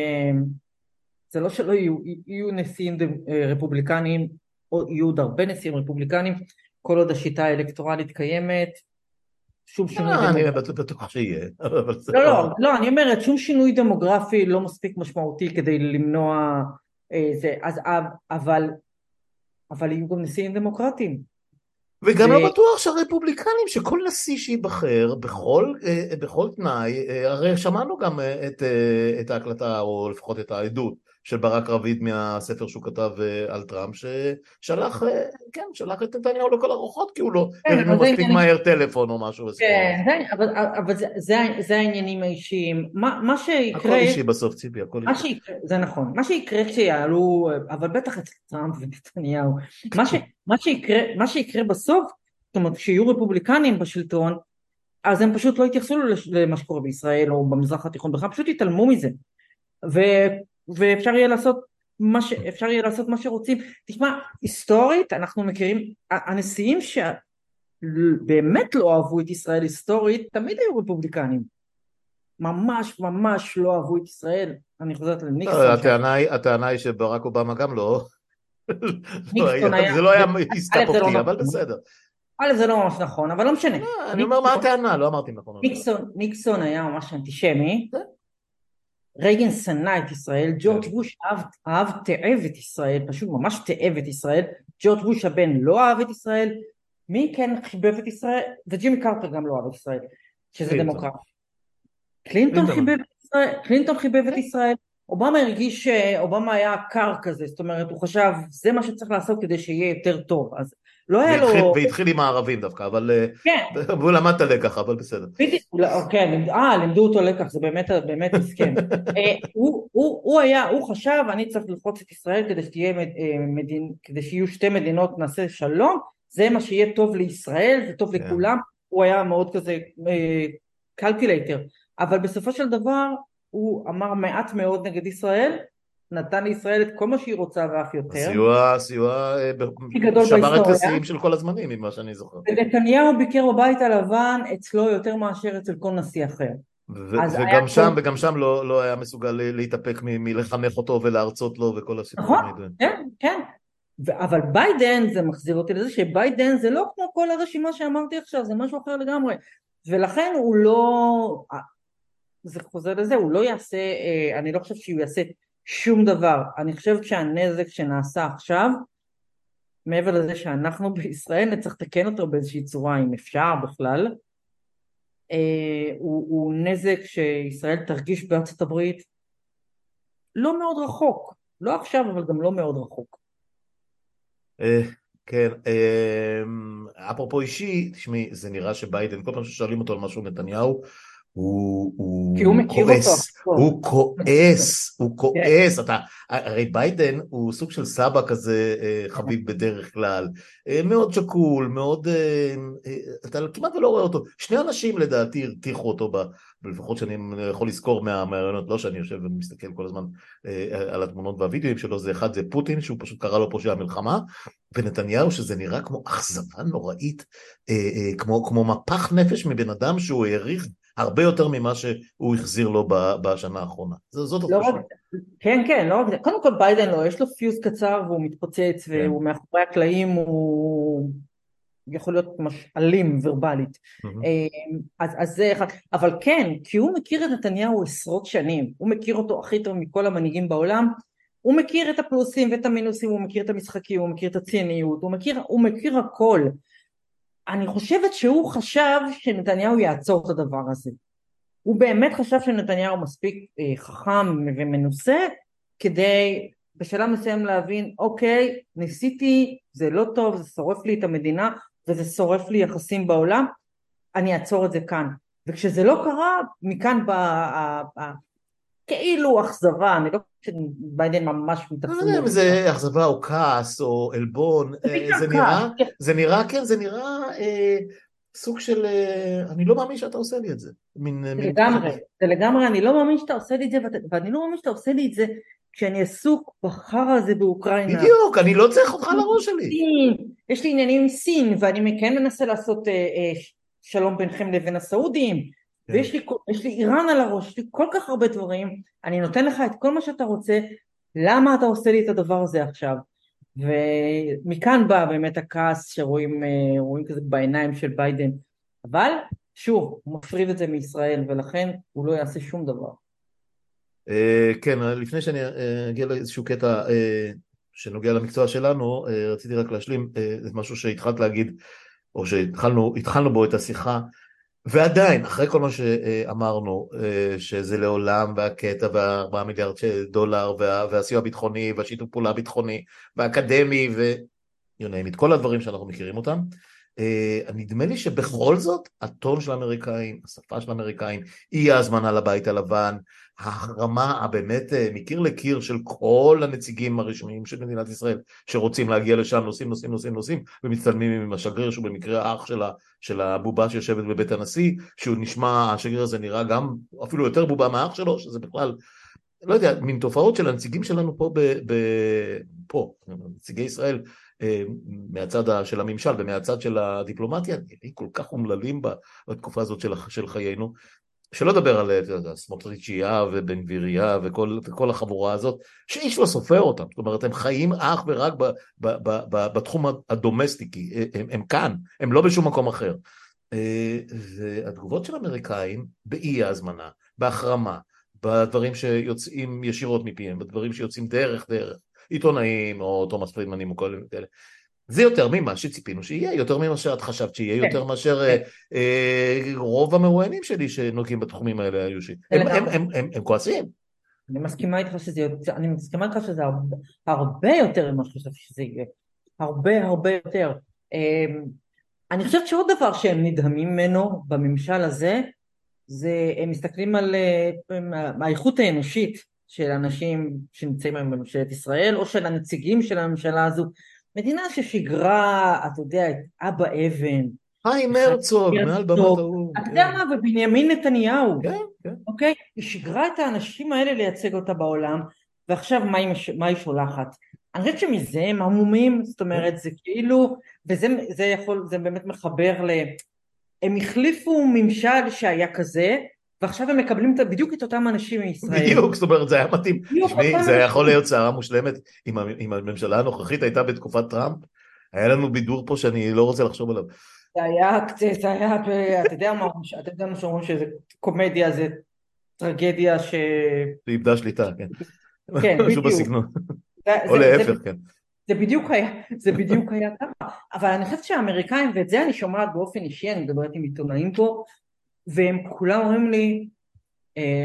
שזה לא שלא יהיו, יהיו נשיאים רפובליקנים, או יהיו עוד הרבה נשיאים רפובליקנים, כל עוד השיטה האלקטורלית קיימת, שום שינוי אה, אני דמוגרפי. בטוח שיהיה, אבל זה לא, לא... לא, לא, אני אומרת, שום שינוי דמוגרפי לא מספיק משמעותי כדי למנוע אה, זה, אז, אבל, אבל יהיו גם נשיאים דמוקרטיים. וגם ו... לא בטוח שהרפובליקנים, שכל נשיא שיבחר בכל, בכל תנאי, הרי שמענו גם את, את ההקלטה, או לפחות את העדות של ברק רביד מהספר שהוא כתב על טראמפ, ששלח, כן, שלח את נתניהו לכל הרוחות, כי הוא לא הרים לו מספיק מהר טלפון או משהו. כן, זה, אבל, אבל זה, זה, זה העניינים האישיים. מה, מה שיקרה... הכל אישי בסוף, ציפי, הכל מה אישי. שיקרה, זה נכון. מה שיקרה כשיעלו, אבל בטח את טראמפ ונתניהו, מה, ש, מה, שיקרה, מה שיקרה בסוף, זאת אומרת, כשיהיו רפובליקנים בשלטון, אז הם פשוט לא יתייחסו למה שקורה בישראל או במזרח התיכון, בכלל פשוט יתעלמו מזה. ו, ואפשר יהיה לעשות מה ש, אפשר יהיה לעשות מה שרוצים. תשמע, היסטורית, אנחנו מכירים, הנשיאים שבאמת לא אהבו את ישראל היסטורית, תמיד היו רפובליקנים. ממש ממש לא אהבו את ישראל. אני חוזרת לניקסון. הטענה היא שברק אובמה גם לא, ניקסון היה... זה לא היה הסתפוקתי, אבל בסדר. א', זה לא ממש נכון, אבל לא משנה. אני אומר מה הטענה, לא אמרתי נכון. ניקסון היה ממש אנטישמי, רייגן שנא את ישראל, ג'ורג' בוש אהב תאב את ישראל, פשוט ממש תאב את ישראל, ג'ורג' בוש הבן לא אהב את ישראל, מי כן חיבב את ישראל? וג'ימי קרטר גם לא אהב את ישראל, שזה דמוקרט. קלינטון חיבב את ישראל, קלינטון חיבב את ישראל, אובמה הרגיש שאובמה היה קר כזה, זאת אומרת, הוא חשב, זה מה שצריך לעשות כדי שיהיה יותר טוב, אז לא היה והתחיל, לו... והתחיל עם הערבים דווקא, אבל אה, כן, והוא למד את הלקח, אבל בסדר. בדיוק, לא, כן, לימד- אה, לימדו אותו לקח, זה באמת, באמת מסכן. אה, הוא, הוא, הוא היה, הוא חשב, אני צריך ללחוץ את ישראל כדי שתהיה, מד- אה, מדין, כדי שיהיו שתי מדינות, נעשה שלום, זה מה שיהיה טוב לישראל, זה טוב כן. לכולם, הוא היה מאוד כזה קלקולייטר, אבל בסופו של דבר, הוא אמר מעט מאוד נגד ישראל, נתן לישראל את כל מה שהיא רוצה ואף יותר, הסיוע, סיוע אה, הכי ב- גדול שבר את בהיסטוריה, השיאים של כל הזמנים, ממה שאני זוכר. ונתניהו ביקר בבית הלבן אצלו יותר מאשר אצל כל נשיא אחר. ו- אז היה וגם כל... שם, וגם שם לא, לא היה מסוגל להתאפק מ- מלחנך אותו ולהרצות לו וכל נכון, הסיפורים הידועים. כן, כן. ו- אבל ביידן, זה מחזיר אותי לזה שביידן זה לא כמו כל הרשימה שאמרתי עכשיו, זה משהו אחר לגמרי. ולכן הוא לא, זה חוזר לזה, הוא לא יעשה, אה, אני לא חושב שהוא יעשה שום דבר. אני חושבת שהנזק שנעשה עכשיו, מעבר לזה שאנחנו בישראל נצטרך לתקן אותו באיזושהי צורה, אם אפשר בכלל, אה, הוא, הוא נזק שישראל תרגיש בארצות הברית לא מאוד רחוק. לא עכשיו, אבל גם לא מאוד רחוק. אה, כן, אה, אפרופו אישי, תשמעי, זה נראה שביידן, כל פעם ששואלים אותו על משהו נתניהו, הוא, כי הוא הוא מכיר אותו. כועס, הוא כועס, הוא תראה, כועס, אתה, הרי ביידן הוא סוג של סבא כזה אה, חביב בדרך כלל, אה, מאוד שקול, מאוד, אה, אה, אתה כמעט ולא רואה אותו, שני אנשים לדעתי הרתיחו אותו, ב, לפחות שאני יכול לזכור מהרעיונות, לא שאני יושב ומסתכל כל הזמן אה, על התמונות והווידאוים שלו, זה אחד זה פוטין, שהוא פשוט קרא לו פושע המלחמה, ונתניהו שזה נראה כמו אכזבה נוראית, אה, אה, כמו, כמו מפח נפש מבן אדם שהוא העריך, הרבה יותר ממה שהוא החזיר לו בשנה האחרונה. זאת לא התחושה. רק, כן, כן, לא רק זה. קודם כל ביידן לא, יש לו פיוז קצר והוא מתפוצץ, כן. והוא מאחורי הקלעים, הוא יכול להיות ממש אלים ורבלית. אז, אז זה אחד, אבל כן, כי הוא מכיר את נתניהו עשרות שנים, הוא מכיר אותו הכי טוב מכל המנהיגים בעולם, הוא מכיר את הפלוסים ואת המינוסים, הוא מכיר את המשחקים, הוא מכיר את הציניות, הוא מכיר, הוא מכיר הכל. אני חושבת שהוא חשב שנתניהו יעצור את הדבר הזה. הוא באמת חשב שנתניהו מספיק אה, חכם ומנוסה, כדי בשלב מסוים להבין, אוקיי, ניסיתי, זה לא טוב, זה שורף לי את המדינה, וזה שורף לי יחסים בעולם, אני אעצור את זה כאן. וכשזה לא קרה, מכאן בא, כאילו אכזבה, אני לא חושבת שביידן ממש לא מתעצם יודע אם בזה. זה אכזבה או כעס או עלבון, זה אה, בעיקר זה כעס, נראה, כן. זה נראה, כן, זה נראה אה, סוג של, אה, אני לא מאמין שאתה עושה לי את זה. מין, זה מין תחושה לגמרי, כזאת. זה לגמרי, אני לא מאמין שאתה עושה לי את זה, ואת- ואני לא מאמין שאתה עושה לי את זה כשאני עסוק בחרא הזה באוקראינה. בדיוק, אני לא צריך אותך על הראש שלי. סין, יש לי עניינים עם סין, ואני כן מנסה לעשות אה, אה, שלום ביניכם לבין הסעודים, כן. ויש לי, יש לי איראן על הראש, יש לי כל כך הרבה דברים, אני נותן לך את כל מה שאתה רוצה, למה אתה עושה לי את הדבר הזה עכשיו? ומכאן בא באמת הכעס שרואים אה, רואים כזה בעיניים של ביידן, אבל שוב, הוא מפריד את זה מישראל, ולכן הוא לא יעשה שום דבר. אה, כן, לפני שאני אה, אגיע לאיזשהו קטע אה, שנוגע למקצוע שלנו, אה, רציתי רק להשלים אה, את משהו שהתחלת להגיד, או שהתחלנו התחלנו בו את השיחה, ועדיין, אחרי כל מה שאמרנו, שזה לעולם, והקטע, והארבעה מיליארד דולר, וה, והסיוע הביטחוני, והשיתוף פעולה הביטחוני, והאקדמי, ויונעים, את כל הדברים שאנחנו מכירים אותם, נדמה לי שבכל זאת, הטון של האמריקאים, השפה של האמריקאים, אי ההזמנה לבית הלבן, ההחרמה הבאמת מקיר לקיר של כל הנציגים הרשמיים של מדינת ישראל, שרוצים להגיע לשם, נוסעים, נוסעים, נוסעים, נוסעים, ומצטלמים עם השגריר, שהוא במקרה האח של, ה, של הבובה שיושבת בבית הנשיא, שהוא נשמע, השגריר הזה נראה גם, אפילו יותר בובה מהאח שלו, שזה בכלל, לא יודע, מין תופעות של הנציגים שלנו פה, ב, ב, פה, נציגי ישראל, מהצד של הממשל ומהצד של הדיפלומטיה, נראים כל כך אומללים בתקופה הזאת של, של חיינו, שלא לדבר על סמוטריצ'יה ובן גביריה וכל, וכל החבורה הזאת, שאיש לא סופר אותם, זאת אומרת, הם חיים אך ורק ב, ב, ב, ב, בתחום הדומסטיקי, הם, הם כאן, הם לא בשום מקום אחר. והתגובות של האמריקאים באי ההזמנה, בהחרמה, בדברים שיוצאים ישירות מפיהם, בדברים שיוצאים דרך דרך, עיתונאים או תומאס פרידמנים או כל מיני כאלה, זה יותר ממה שציפינו שיהיה, יותר ממה שאת חשבת שיהיה, יותר מאשר רוב המרואיינים שלי שנוגעים בתחומים האלה היו שלי. הם כועסים. אני מסכימה איתך שזה, יוצא- אני מסכימה איתך שזה הרבה, הרבה יותר ממה שחשבתי שזה יהיה. הרבה הרבה יותר. אמ, אני חושבת שעוד דבר שהם נדהמים ממנו בממשל הזה, זה הם מסתכלים על אה, הם- האיכות האנושית של אנשים שנמצאים היום בממשלת ישראל, או של הנציגים של הממשלה הזו. מדינה ששיגרה, אתה יודע, את אבא אבן, חיים חיים הרצוג, מעל במת הרצוג, האו"ם, אתה יודע כן, מה, ובנימין נתניהו, כן, כן. אוקיי? היא שיגרה את האנשים האלה לייצג אותה בעולם, ועכשיו מה היא, מש- מה היא שולחת? אני חושבת שמזה הם עמומים, זאת כן. אומרת, זה כאילו, וזה זה יכול, זה באמת מחבר ל... הם החליפו ממשל שהיה כזה, ועכשיו הם מקבלים את- בדיוק את אותם אנשים מישראל. בדיוק, זאת אומרת, זה היה מתאים. בדיוק תשמעי, אותם זה היה יכול אנשים. להיות סערה מושלמת אם ה- אם הממשלה הנוכחית הייתה בתקופת טראמפ. היה לנו בידור פה שאני לא רוצה לחשוב עליו. זה היה, זה היה, אתה יודע מה, אתה יודע מה שאומרים שזה קומדיה, זה טרגדיה ש... היא איבדה שליטה, כן. כן, משהו בדיוק. בסגנון. זה, או זה, זה להפך, כן. זה בדיוק היה, זה בדיוק היה ככה, אבל אני חושבת שהאמריקאים, ואת זה אני שומעת באופן אישי, אני מדברת עם עיתונאים פה, והם כולם אומרים לי, אה,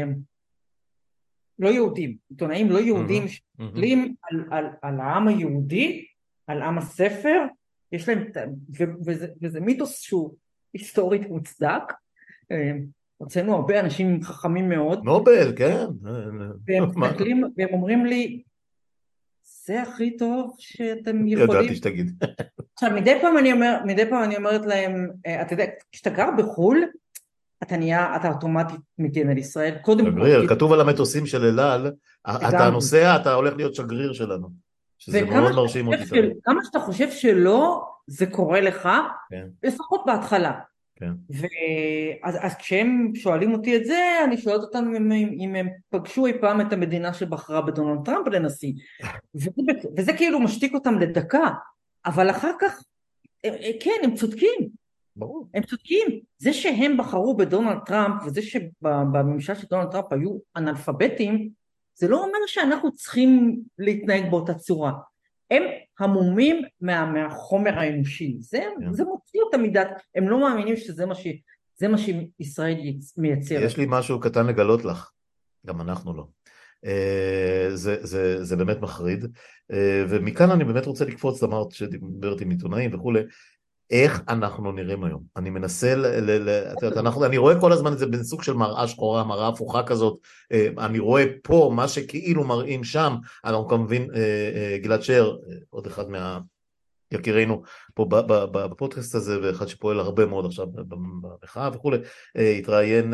לא יהודים, עיתונאים לא יהודים מהמם, מהמם. שמסתכלים על, על, על העם היהודי, על עם הספר, יש להם, את ה- ו- וזה, וזה מיתוס שהוא היסטורית מוצדק, אה, הוצאנו הרבה אנשים חכמים מאוד, נובל, כן. והם מה? מסתכלים, והם אומרים לי, זה הכי טוב שאתם ידעתי יכולים. שתגיד. עכשיו, מדי פעם אני אומר, מדי פעם אני אומרת להם, אה, אתה יודע, כשאתה גר בחו"ל, אתה נהיה, אתה אוטומטית מגן על ישראל, קודם כל, שגריר, כי כתוב על המטוסים של אל על, אתה לגמרי. נוסע, אתה הולך להיות שגריר שלנו. שזה וכמה מאוד שאתה מרשים חושב אותי של, תמיד. כמה שאתה חושב שלא, זה קורה לך, כן, לפחות בהתחלה. כן. ואז אז כשהם שואלים אותי את זה, אני שואלת אותם אם, אם, אם הם פגשו אי פעם את המדינה שבחרה בדונלד טראמפ לנשיא. וזה, וזה כאילו משתיק אותם לדקה, אבל אחר כך, אה, אה, כן, הם צודקים. ברור. הם צודקים, זה שהם בחרו בדונלד טראמפ וזה שבממשל של דונלד טראמפ היו אנאלפביתים, זה לא אומר שאנחנו צריכים להתנהג באותה צורה. הם המומים מה, מהחומר האנושי, זה, כן. זה מוציא אותם מדעת, הם לא מאמינים שזה מה, ש, זה מה שישראל מייצרת. יש לי משהו קטן לגלות לך, גם אנחנו לא. אה, זה, זה, זה באמת מחריד, אה, ומכאן אני באמת רוצה לקפוץ, אמרת שדיברת עם עיתונאים וכולי, איך אנחנו נראים היום. אני מנסה, ל, ל, ל, את יודעת, אנחנו, אני רואה כל הזמן את זה בין סוג של מראה שחורה, מראה הפוכה כזאת, אה, אני רואה פה מה שכאילו מראים שם, אנחנו כמובן, אה, אה, גלעד שר, אה, עוד אחד מה... יקירנו פה בפודקאסט הזה, ואחד שפועל הרבה מאוד עכשיו במחאה וכולי, התראיין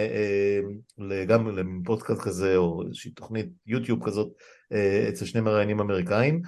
גם לפודקאסט כזה, או איזושהי תוכנית יוטיוב כזאת, אצל שני מראיינים אמריקאים,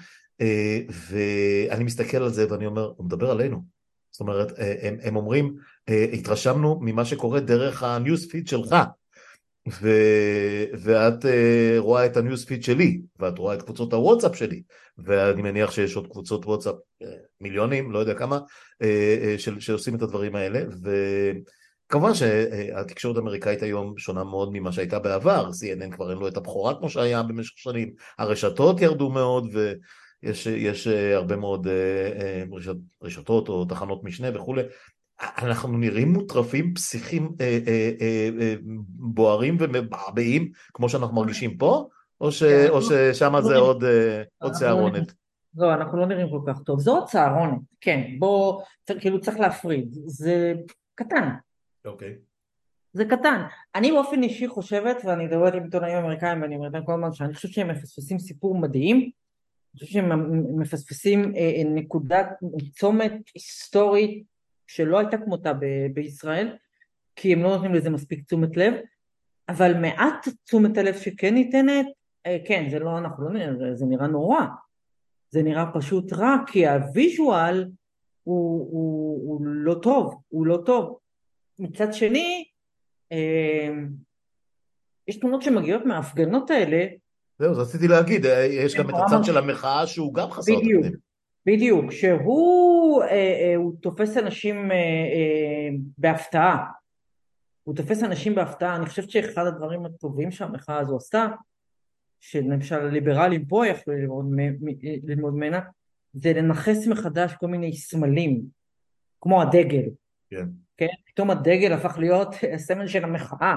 ואני מסתכל על זה ואני אומר, הוא מדבר עלינו. זאת אומרת, הם, הם אומרים, התרשמנו ממה שקורה דרך הניוספיד שלך, ו... ואת uh, רואה את הניוספיד שלי, ואת רואה את קבוצות הוואטסאפ שלי, ואני מניח שיש עוד קבוצות וואטסאפ, uh, מיליונים, לא יודע כמה, uh, uh, של, שעושים את הדברים האלה, וכמובן שהתקשורת האמריקאית היום שונה מאוד ממה שהייתה בעבר, סי אן אן כבר אין לו את הבכורה כמו שהיה במשך שנים, הרשתות ירדו מאוד, ויש יש, uh, הרבה מאוד uh, uh, רשת, רשתות או תחנות משנה וכולי, אנחנו נראים מוטרפים, פסיכים, אה, אה, אה, אה, בוערים ומבעבעים, כמו שאנחנו מרגישים פה, או, ש, כן, או אנחנו, ששם אנחנו, זה לא נראים- עוד, אה, עוד אנחנו לא נראים, שערונת? לא, אנחנו לא נראים כל כך טוב, זו עוד צהרונת, כן, בוא, צריך, כאילו צריך להפריד, זה קטן, אוקיי. זה קטן. אני באופן אישי חושבת, ואני מדברת עם עיתונאים אמריקאים, ואני אומרת להם כל הזמן שאני חושבת שהם מפספסים סיפור מדהים, אני חושבת שהם מפספסים אה, אה, נקודת צומת היסטורית שלא הייתה כמותה ב- בישראל, כי הם לא נותנים לזה מספיק תשומת לב, אבל מעט תשומת הלב שכן ניתנת, אה, כן, זה לא, אנחנו לא נראה, זה, זה נראה נורא, זה נראה פשוט רע, כי הוויז'ואל הוא, הוא, הוא לא טוב, הוא לא טוב. מצד שני, אה, יש תמונות שמגיעות מההפגנות האלה, זהו, אז רציתי להגיד, אה, יש הם גם את נורא הצד מרש... של המחאה שהוא גם חסר בדיוק, תקדים. בדיוק, שהוא אה, אה, הוא תופס אנשים אה, אה, בהפתעה, הוא תופס אנשים בהפתעה, אני חושבת שאחד הדברים הטובים שהמחאה הזו עשתה, שלמשל הליברלים פה יכלו ללמוד, ללמוד ממנה, זה לנחס מחדש כל מיני סמלים, כמו הדגל, כן. כן? פתאום הדגל הפך להיות סמל של המחאה,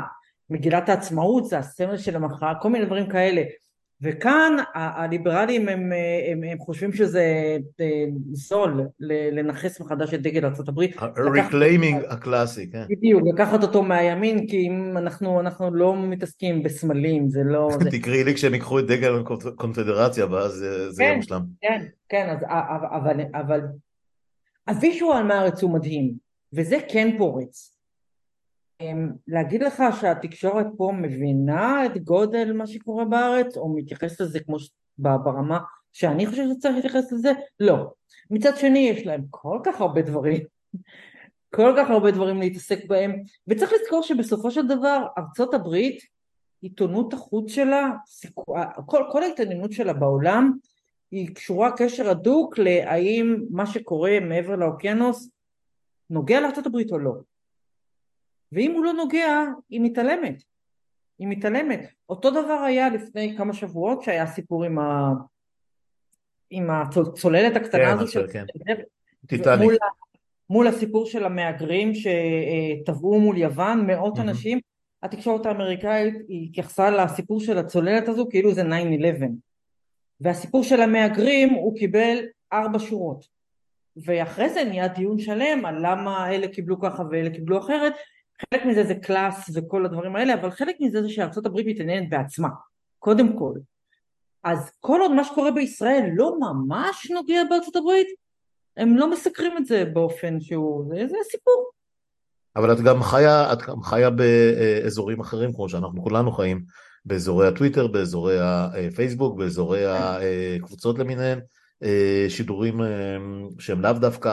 מגילת העצמאות זה הסמל של המחאה, כל מיני דברים כאלה. וכאן ה- הליברלים הם, הם, הם חושבים שזה אה, זול ל- לנכס מחדש את דגל ארצות הברית, לקחת ה-reclaiming הקלאסי, כן. בדיוק, לקחת אותו מהימין, כי אם אנחנו, אנחנו לא מתעסקים בסמלים, זה לא זה. תקראי לי כשהם ייקחו את דגל הקונפדרציה, ואז זה זה יהיה כן, מושלם. כן, כן, אז, אבל, אבל הוויז'ואל מהארץ הוא מדהים, וזה כן פורץ. אמ, להגיד לך שהתקשורת פה מבינה את גודל מה שקורה בארץ, או מתייחסת לזה כמו ש... ב- ברמה שאני חושבת שצריך להתייחס לזה? לא. מצד שני יש להם כל כך הרבה דברים, כל כך הרבה דברים להתעסק בהם, וצריך לזכור שבסופו של דבר ארצות הברית, עיתונות החוץ שלה, סיכו... כל, כל ההתעניינות שלה בעולם, היא קשורה קשר הדוק להאם מה שקורה מעבר לאוקיינוס נוגע לארצות הברית או לא. ואם הוא לא נוגע, היא מתעלמת. היא מתעלמת. אותו דבר היה לפני כמה שבועות, שהיה סיפור עם, ה... עם הצוללת הקטנה כן, הזו של... כן. מול, טיטניק. מול הסיפור של המהגרים שטבעו מול יוון, מאות מהמם. אנשים. התקשורת האמריקאית התייחסה לסיפור של הצוללת הזו כאילו זה תשע אחת עשרה. והסיפור של המהגרים הוא קיבל ארבע שורות. ואחרי זה נהיה דיון שלם על למה אלה קיבלו ככה ואלה קיבלו אחרת. חלק מזה זה קלאס וכל הדברים האלה, אבל חלק מזה זה שארצות הברית מתעניינת בעצמה, קודם כל. אז כל עוד מה שקורה בישראל לא ממש נוגע בארצות הברית, הם לא מסקרים את זה באופן שהוא, זה, זה סיפור. אבל את גם חיה, את גם חיה באזורים אחרים, כמו שאנחנו כולנו חיים, באזורי הטוויטר, באזורי הפייסבוק, באזורי הקבוצות למיניהן, שידורים שהם לאו דווקא,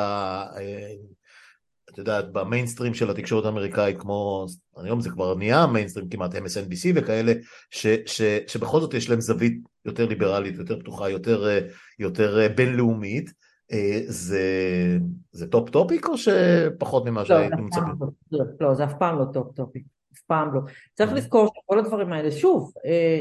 את יודעת, במיינסטרים של התקשורת האמריקאית, כמו, היום זה כבר נהיה מיינסטרים כמעט, אם אס אן בי סי וכאלה, ש, ש, שבכל זאת יש להם זווית יותר ליברלית, יותר פתוחה, יותר, יותר בינלאומית. זה, זה טופ טופיק או שפחות ממה לא, זה שהייתם אף פעם מצפים? לא, לא, לא, זה אף פעם לא טופ טופיק, אף פעם לא. צריך לזכור שכל הדברים האלה, שוב, אה,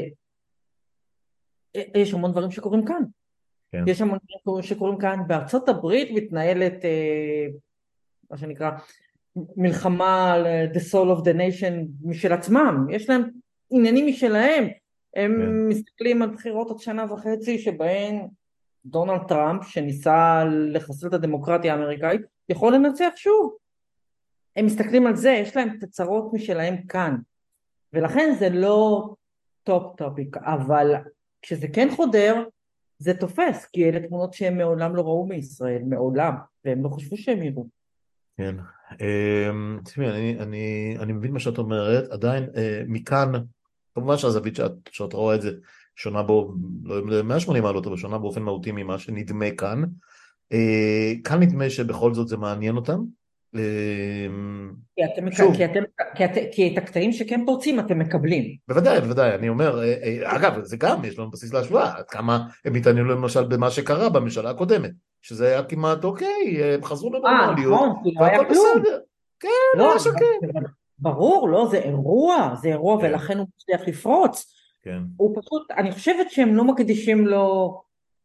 אה, יש המון דברים שקורים כאן. כן. יש המון דברים שקורים כאן. בארצות הברית מתנהלת, אה, מה שנקרא, מלחמה על the soul of the nation משל עצמם, יש להם עניינים משלהם, הם כן. מסתכלים על בחירות עוד שנה וחצי שבהן דונלד טראמפ שניסה לחסל את הדמוקרטיה האמריקאית יכול לנצח שוב, הם מסתכלים על זה, יש להם תצרות משלהם כאן, ולכן זה לא טופ טופיק, אבל כשזה כן חודר זה תופס, כי אלה תמונות שהם מעולם לא ראו מישראל, מעולם, והם לא חשבו שהם יראו. כן. אמ, תשמעי, אני, אני, אני מבין מה שאת אומרת, עדיין אה, מכאן, כמובן שהזווית שאת, שאת רואה את זה שונה בו, לא יודע, מאה ושמונים מעלות, אבל שונה באופן מהותי ממה שנדמה כאן. אה, כאן נדמה שבכל זאת זה מעניין אותם. אמ, כי אתם, שוב, כי אתם, כי את, כי את הקטעים שכן פורצים אתם מקבלים. בוודאי, בוודאי, אני אומר, אה, אה, אגב, זה גם, יש לנו בסיס להשוואה, עד כמה הם התעניינו למשל במה שקרה בממשלה הקודמת, שזה היה כמעט אוקיי, הם חזרו אה, לנורמליות, נכון, כי לא והכל היה כלום. בסדר. כן, לא, היה שקט. ברור, לא, זה אירוע, זה אירוע, כן, ולכן הוא מצליח לפרוץ. כן. הוא פשוט, אני חושבת שהם לא מקדישים לו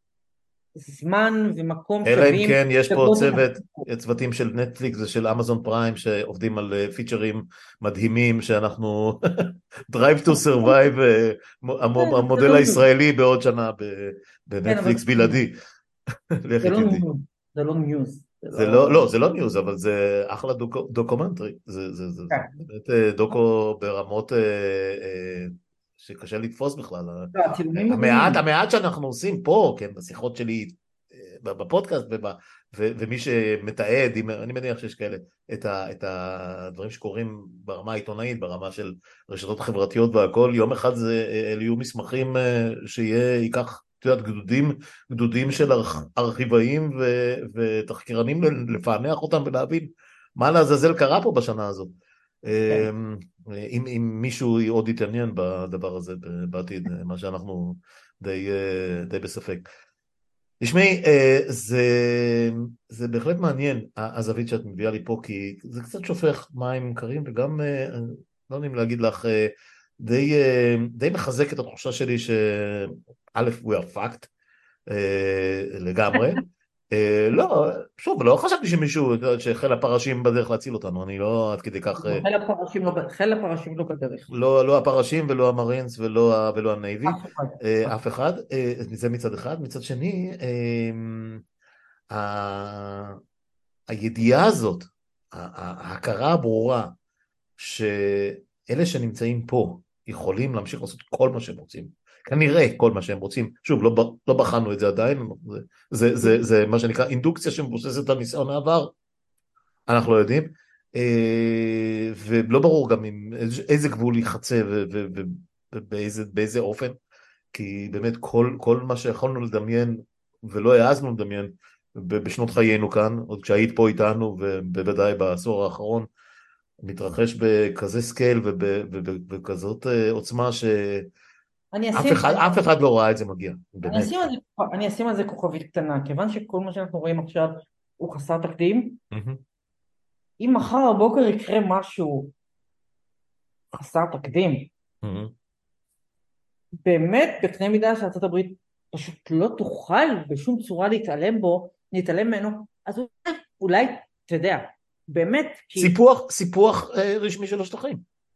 זמן ומקום אלא אם שווים. כן, יש פה לגודל צוות, הסיפור. צוותים של נטפליקס ושל אמזון פריים שעובדים על אה, פיצ'רים מדהימים שאנחנו Drive to Survive, אה, כן, המו- זה המודל לא ניוז. הישראלי בעוד שנה ב- כן, אבל בנטפליקס בלעדי. זה לכי לא תדעי. ניוז. זה לא ניוז. זה זה לא, לא... לא, זה לא ניוז, אבל זה אחלה דוקו, דוקומנטרי. זה, זה, זה, זה כן. באמת אה, דוקו ברמות אה, אה, שקשה לתפוס בכלל. לא, הצילומים המעט, מדהימים. המעט שאנחנו עושים פה, כן, בשיחות שלי אה, בפודקאסט, ובא, ו, ומי שמתעד, אם, אני מניח שיש כאלה, את, ה, את הדברים שקורים ברמה העיתונאית, ברמה של רשתות חברתיות והכל, יום אחד זה, אלה יהיו מסמכים אה, שיהיה, ייקח, את יודעת, גדודים, גדודים של ארכ, ארכיבאים ו, ותחקירנים לפענח אותם ולהבין מה לעזאזל קרה פה בשנה הזאת. כן. אם, אם מישהו עוד יתעניין בדבר הזה בעתיד, מה שאנחנו די, די בספק. תשמעי, זה, זה בהחלט מעניין, הזווית שאת מביאה לי פה, כי זה קצת שופך מים קרים, וגם, לא יודעים להגיד לך, די, די מחזק את התחושה שלי שא', we are fact, לגמרי, אה, לא, שוב, לא חשבתי שמישהו, שחיל הפרשים בדרך להציל אותנו, אני לא עד כדי כך, אה, חיל הפרשים לא, חיל הפרשים לא בדרך. לא, לא הפרשים ולא המרינס ולא, ה- ולא הנייבי, אף אחד. אה, אף אחד, אה, זה מצד אחד, מצד שני, אה, ה- הידיעה הזאת, ה- ה- ההכרה הברורה, שאלה שנמצאים פה יכולים להמשיך לעשות כל מה שהם רוצים, כנראה כל מה שהם רוצים, שוב, לא, ב- לא בחנו את זה עדיין, זה, זה, זה, זה מה שנקרא אינדוקציה שמבוססת על ניסיון העבר, אנחנו לא יודעים, אה, ולא ברור גם עם איזה איזה גבול ייחצה ו- ו- ו- ובאיזה באיזה אופן, כי באמת כל, כל מה שיכולנו לדמיין ולא העזנו לדמיין ב- בשנות חיינו כאן, עוד כשהיית פה איתנו ובוודאי בעשור האחרון, מתרחש בכזה סקייל ובכזאת אה, עוצמה שאף אני אשים, אחד, אף אחד לא ראה את זה מגיע, אני באמת. אשים על זה, אני אשים על זה כוכבית קטנה, כיוון שכל מה שאנחנו רואים עכשיו הוא חסר תקדים. מהמם, אם מחר בבוקר יקרה משהו חסר תקדים, מהמם. באמת בקנה מידה שארצות הברית פשוט לא תוכל בשום צורה להתעלם בו, להתעלם ממנו, אז אולי, אולי, אתה יודע, באמת, כי סיפוח, סיפוח אה, רשמי של השטחים.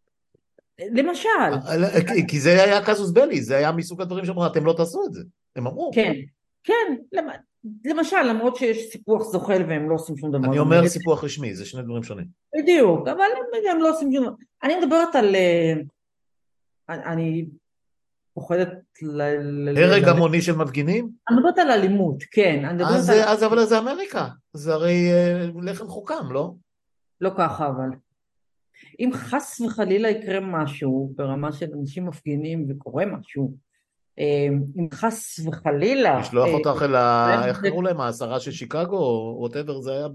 למשל, כי כי זה היה קזוס בלי, זה היה מסוג הדברים שאמרו, אתם לא תעשו את זה. הם אמרו. כן, כן, למ- למשל, למרות שיש סיפוח זוחל והם לא עושים שום דבר אני אומר נגד, סיפוח רשמי, זה שני דברים שונים. בדיוק, אבל הם, הם לא עושים שום דבר. אני מדברת על, אה, אני אני פוחדת ל- ל- ל- הרג ל- המוני של מפגינים? אני מדברת על אלימות, כן, אני מדברת אז, על, אז אבל זה אמריקה. זה הרי אה, לחם חוקם, לא? לא ככה אבל, אם חס וחלילה יקרה משהו ברמה של אנשים מפגינים וקורה משהו, אה, אם חס וחלילה, לשלוח אה, אותך אל ה... איך זה- קראו להם? העשרה של שיקגו? או ווטאבר זה היה ב,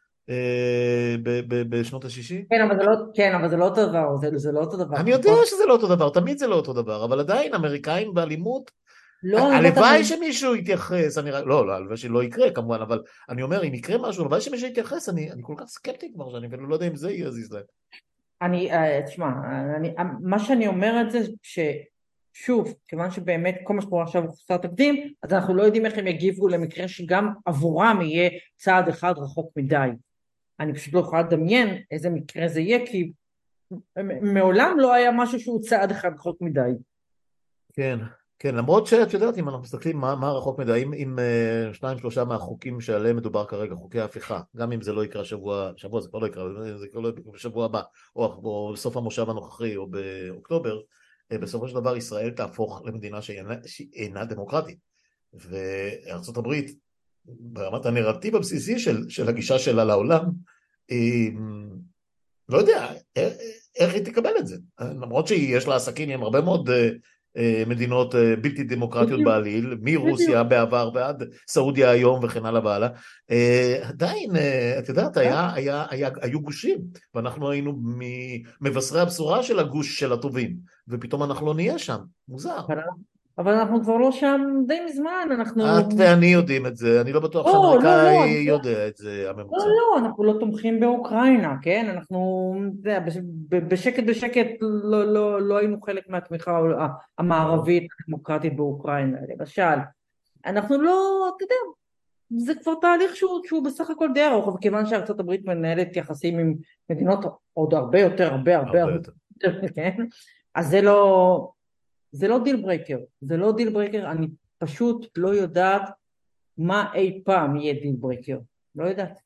אה, ב, ב, בשנות ה-שישים? כן, אבל זה לא, כן, אבל זה לא אותו דבר, זה, זה לא אותו דבר, אני כי יודע פה, שזה לא אותו דבר, תמיד זה לא אותו דבר, אבל עדיין אמריקאים באלימות, לא, אני מדברת על, הלוואי שמישהו יתייחס, אני, רק- לא, לא, הלוואי שלא יקרה כמובן, אבל אני אומר, אם יקרה משהו, הלוואי שמישהו יתייחס, אני, אני כל כך סקפטי כבר, שאני אפילו לא יודע אם זה יזיז להם. אני, אה, תשמע, אני, מה שאני אומרת זה ששוב, כיוון שבאמת כל מה שקורה עכשיו הוא חסר תקדים, אז אנחנו לא יודעים איך הם יגיבו למקרה שגם עבורם יהיה צעד אחד רחוק מדי. אני פשוט לא יכולה לדמיין איזה מקרה זה יהיה, כי מעולם לא היה משהו שהוא צעד אחד רחוק מדי. כן, כן, למרות שאת יודעת, אם אנחנו מסתכלים מה, מה רחוק מדי, אם, אם uh, שניים שלושה מהחוקים שעליהם מדובר כרגע, חוקי ההפיכה, גם אם זה לא יקרה שבוע, שבוע זה כבר לא יקרה, זה כבר לא יקרה בשבוע הבא, או, או בסוף המושב הנוכחי, או באוקטובר, uh, בסופו של דבר ישראל תהפוך למדינה שאינה, שאינה דמוקרטית, וארצות הברית, ברמת הנרטיב הבסיסי של, של הגישה שלה לעולם, היא, לא יודע, איך, איך היא תקבל את זה, למרות שיש לה עסקים עם הרבה מאוד אה, מדינות אה, בלתי דמוקרטיות בדיוק, בעליל, בדיוק. מרוסיה בעבר ועד סעודיה היום וכן הלאה והלאה, אה, עדיין, אה, את יודעת, היה, היה, היה, היו גושים, ואנחנו היינו ממבשרי הבשורה של הגוש של הטובים, ופתאום אנחנו לא נהיה שם, מוזר. אבל אבל אנחנו כבר לא שם די מזמן, אנחנו... את ואני יודעים את זה, אני לא בטוח לא, לא, שאמריקאי לא, אני יודע את זה, לא, הממוצע. לא, אנחנו לא תומכים באוקראינה, כן? אנחנו, אתה יודע, בש- ב- בשקט בשקט לא, לא, לא היינו חלק מהתמיכה ברור. המערבית הדמוקרטית באוקראינה, למשל. אנחנו לא, אתה יודע, זה כבר תהליך שהוא, שהוא בסך הכל די ארוך, וכיוון שארצות הברית מנהלת יחסים עם מדינות עוד הרבה יותר, הרבה הרבה הרבה הרבה יותר. יותר, כן? אז זה לא, זה לא דיל ברייקר, זה לא דיל ברייקר, אני פשוט לא יודעת מה אי פעם יהיה דיל ברייקר, לא יודעת.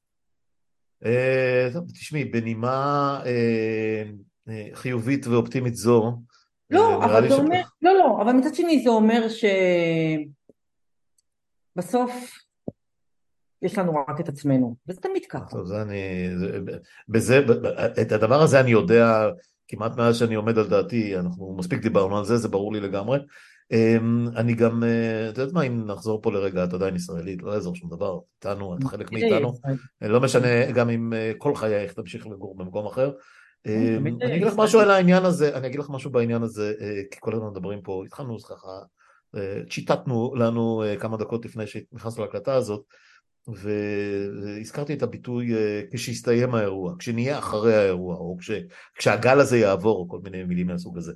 אה, טוב, תשמעי, בנימה אה, אה, חיובית ואופטימית זו, אה, לא, נראה אבל לי זה ש... אומר, לא, לא, אבל מצד שני זה אומר שבסוף יש לנו רק את עצמנו, וזה תמיד ככה. טוב, זה אני... זה, בזה, ב- את הדבר הזה אני יודע כמעט מאז שאני עומד על דעתי, אנחנו מספיק דיברנו על זה, זה ברור לי לגמרי. אה, אני גם, אה, את יודעת מה, אם נחזור פה לרגע, את עדיין ישראלית, לא יעזור שום דבר, איתנו, את חלק תמיד אהיה מאיתנו, ישראל. אה, לא משנה גם אם אה, כל חייך תמשיך לגור במקום אחר. אני אה, תמיד אני אהיה אגיד לך ישראל. משהו על העניין הזה, אני אגיד לך משהו בעניין הזה, אה, כי כל הזמן מדברים פה, התחלנו ככה, אה, צ'יטטנו לנו אה, כמה דקות לפני שנכנסנו להקלטה הזאת, והזכרתי את הביטוי אה, כשהסתיים האירוע, כשנהיה אחרי האירוע, או כש, כשהגל הזה יעבור, או כל מיני מילים מהסוג הזה.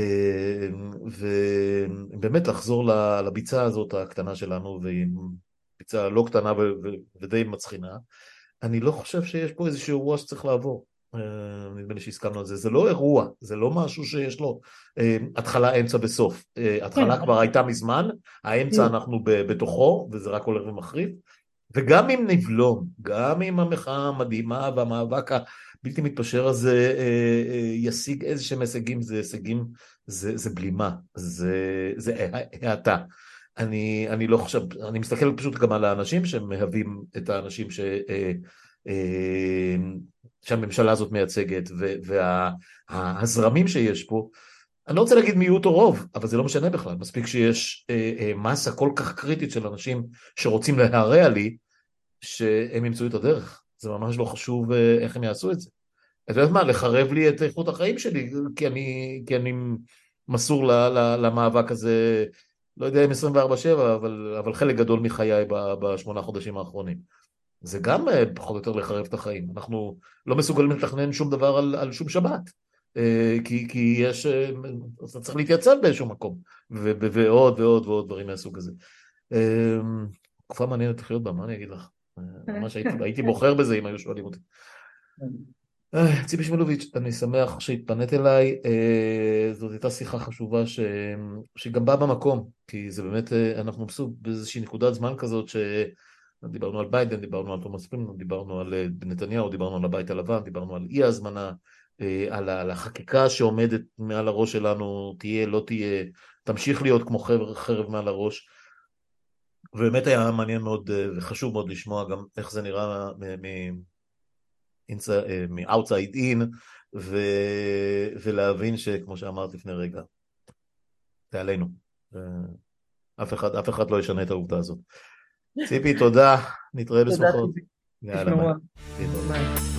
אה, ובאמת לחזור ל- לביצה הזאת הקטנה שלנו, ועם פיצה לא קטנה ודי מצחינה. אני לא חושב שיש פה איזשהו אירוע שצריך לעבור. נדמה לי שהסכמנו על זה. זה לא אירוע, זה לא משהו שיש לו התחלה, אמצע וסוף. התחלה כבר הייתה מזמן, האמצע אנחנו בתוכו, וזה רק הולך ומחריף. וגם אם נבלום, גם אם המחאה המדהימה והמאבק הבלתי מתפשר הזה ישיג איזה שהם הישגים, זה הישגים, זה, זה בלימה, זה, זה העתה. אני, אני לא חושב, אני מסתכל פשוט גם על האנשים שמהווים את האנשים ש, שהממשלה הזאת מייצגת, והזרמים שיש פה, אני לא רוצה להגיד מיעוט או רוב, אבל זה לא משנה בכלל, מספיק שיש מסה כל כך קריטית של אנשים שרוצים להרע לי, שהם ימצאו את הדרך. זה ממש לא חשוב איך הם יעשו את זה. אתה יודעת מה, לחרב לי את איכות החיים שלי, כי אני, כי אני מסור ל, ל, למאבק הזה, לא יודע אם עשרים וארבע שבע, אבל, אבל חלק גדול מחיי בשמונה חודשים האחרונים. זה גם פחות או יותר לחרב את החיים. אנחנו לא מסוגלים לתכנן שום דבר על, על שום שבת. כי, כי יש, אתה צריך להתייצב באיזשהו מקום, ו, ו, ועוד ועוד ועוד דברים מהסוג הזה. תקופה מעניינת לחיות בה, מה אני אגיד לך? ממש הייתי, הייתי בוחר בזה אם היו שואלים אותי. ציפי שמילוביץ', אני שמח שהתפנית אליי, זאת הייתה שיחה חשובה ש... שגם באה במקום, כי זה באמת, אנחנו מבסוט באיזושהי נקודת זמן כזאת שדיברנו על ביידן, דיברנו על תומאס פרידמן, דיברנו על נתניהו, דיברנו על הבית הלבן, דיברנו על אי ההזמנה, על החקיקה שעומדת מעל הראש שלנו, תהיה, לא תהיה, תמשיך להיות כמו חרב, חרב מעל הראש, ובאמת היה מעניין מאוד וחשוב מאוד לשמוע גם איך זה נראה מ-outside in, ולהבין שכמו שאמרת לפני רגע, זה עלינו. אף אחד, אף אחד לא ישנה את העובדה הזאת. ציפי, תודה. נתראה בסמכות. תודה, ציפי. תשמעו. ביי.